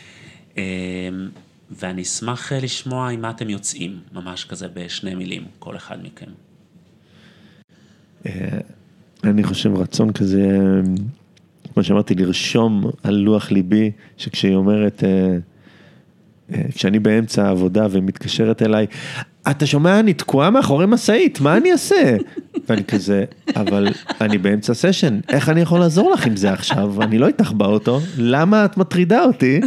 ואני אשמח לשמוע עם מה אתם יוצאים, ממש כזה בשני מילים, כל אחד מכם. אני חושב רצון כזה, כמו שאמרתי, לרשום על לוח ליבי, שכשהיא אומרת, כשאני באמצע העבודה ומתקשרת אליי, אתה שומע, אני תקועה מאחורי מסעית, מה אני אעשה? ואני כזה, אבל אני באמצע סשן, איך אני יכול לעזור לך עם זה עכשיו? אני לא איתך באוטו, למה את מטרידה אותי?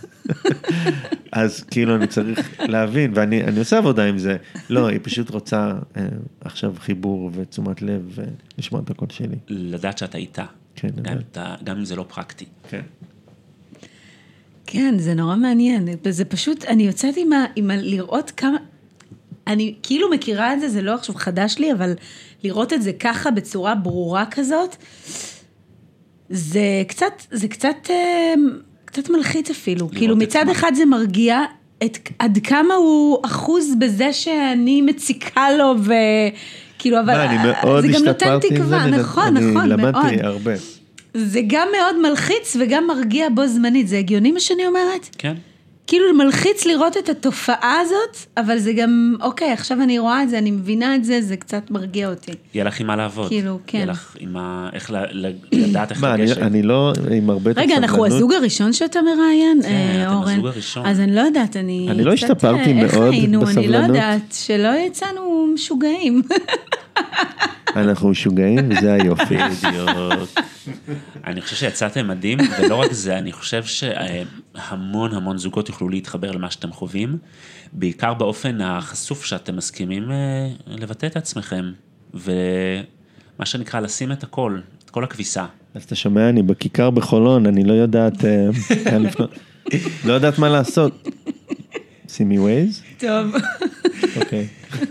אז כאילו אני צריך להבין, ואני אני עושה עבודה עם זה. לא, היא פשוט רוצה אה, עכשיו חיבור ותשומת לב ולשמוע את הקול שלי. לדעת שאתה איתה. כן, גם, אתה, גם אם זה לא פרקטי. כן. כן, זה נורא מעניין. זה פשוט, אני יוצאת עם, ה, עם ה, לראות כמה, אני כאילו מכירה את זה, זה לא עכשיו חדש לי, אבל לראות את זה ככה בצורה ברורה כזאת, זה קצת, זה קצת... אה, קצת מלחיץ אפילו, כאילו מצד אחד זה מרגיע את, עד כמה הוא אחוז בזה שאני מציקה לו, וכאילו, אבל זה גם נותן תקווה, נכון, נכון, מאוד. אני למדתי הרבה. זה גם מאוד מלחיץ וגם מרגיע בו זמנית, זה הגיוני מה שאני אומרת? כן. כאילו מלחיץ לראות את התופעה הזאת, אבל זה גם, אוקיי, עכשיו אני רואה את זה, אני מבינה את זה, זה קצת מרגיע אותי. יהיה לך עם מה לעבוד. כאילו, כן. יהיה לך עם ה... איך לדעת איך לגשת. אני לא עם הרבה תצלנות. רגע, אנחנו הזוג הראשון שאתה מראיין, כן, אתם אורן. הזוג הראשון. אז אני לא יודעת, אני... אני לא השתפרתי מאוד בסבלנות. אני לא יודעת, שלא יצאנו משוגעים. אנחנו משוגעים, וזה היופי. בדיוק. אני חושב שיצאתם מדהים, ולא רק זה, אני חושב שהמון המון זוגות יוכלו להתחבר למה שאתם חווים, בעיקר באופן החשוף שאתם מסכימים לבטא את עצמכם, ומה שנקרא לשים את הכל, את כל הכביסה. אז אתה שומע, אני בכיכר בחולון, אני לא יודעת, לא יודעת מה לעשות. שימי ווייז? טוב. אוקיי.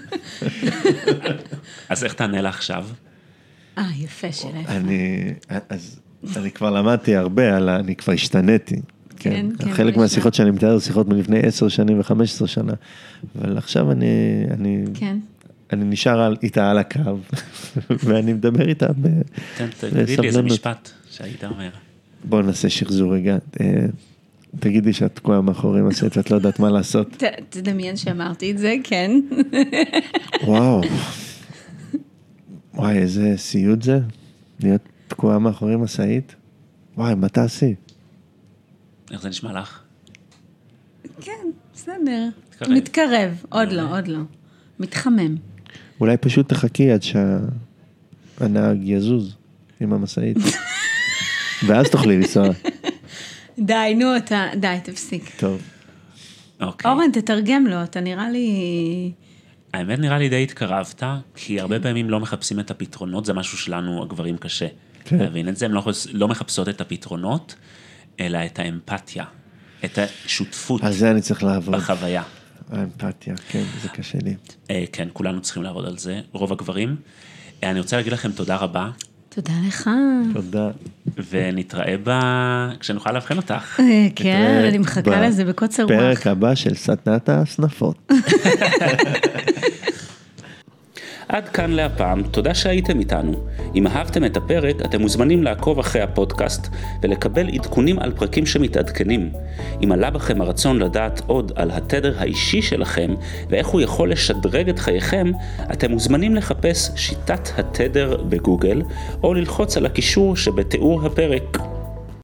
אז איך תענה לה עכשיו? אה, יפה שלה. אני, אז אני כבר למדתי הרבה, על, אני כבר השתניתי. כן, כן. חלק מהשיחות שאני מתאר, שיחות מלפני עשר שנים וחמש עשרה שנה. אבל עכשיו אני, אני, כן. אני נשאר איתה על הקו, ואני מדבר איתה בסבלנות. תגיד לי איזה משפט שהיית אומר. בואו נעשה שחזור רגע. תגידי שאת תקועה מאחורי מסעית, את לא יודעת מה לעשות. תדמיין שאמרתי את זה, כן. וואו. וואי, איזה סיוט זה. להיות תקועה מאחורי מסעית. וואי, מה תעשי? איך זה נשמע לך? כן, בסדר. מתקרב, עוד לא, עוד לא. מתחמם. אולי פשוט תחכי עד שהנהג יזוז עם המסעית. ואז תוכלי לנסוע. די, נו, אתה, די, תפסיק. טוב. אוקיי. אורן, תתרגם לו, אתה נראה לי... האמת נראה לי די התקרבת, כי הרבה פעמים לא מחפשים את הפתרונות, זה משהו שלנו, הגברים, קשה. להבין את זה, הם לא, לא מחפשות את הפתרונות, אלא את האמפתיה, את השותפות. על זה אני צריך לעבוד. בחוויה. האמפתיה, כן, זה קשה לי. כן, כולנו צריכים לעבוד על זה, רוב הגברים. אני רוצה להגיד לכם תודה רבה. תודה לך. תודה. ונתראה בה, כשנוכל להבחן אותך. כן, אני מחכה לזה בקוצר רוח. פרק הבא של סדנת הסנפות. עד כאן להפעם, תודה שהייתם איתנו. אם אהבתם את הפרק, אתם מוזמנים לעקוב אחרי הפודקאסט ולקבל עדכונים על פרקים שמתעדכנים. אם עלה בכם הרצון לדעת עוד על התדר האישי שלכם ואיך הוא יכול לשדרג את חייכם, אתם מוזמנים לחפש שיטת התדר בגוגל או ללחוץ על הקישור שבתיאור הפרק.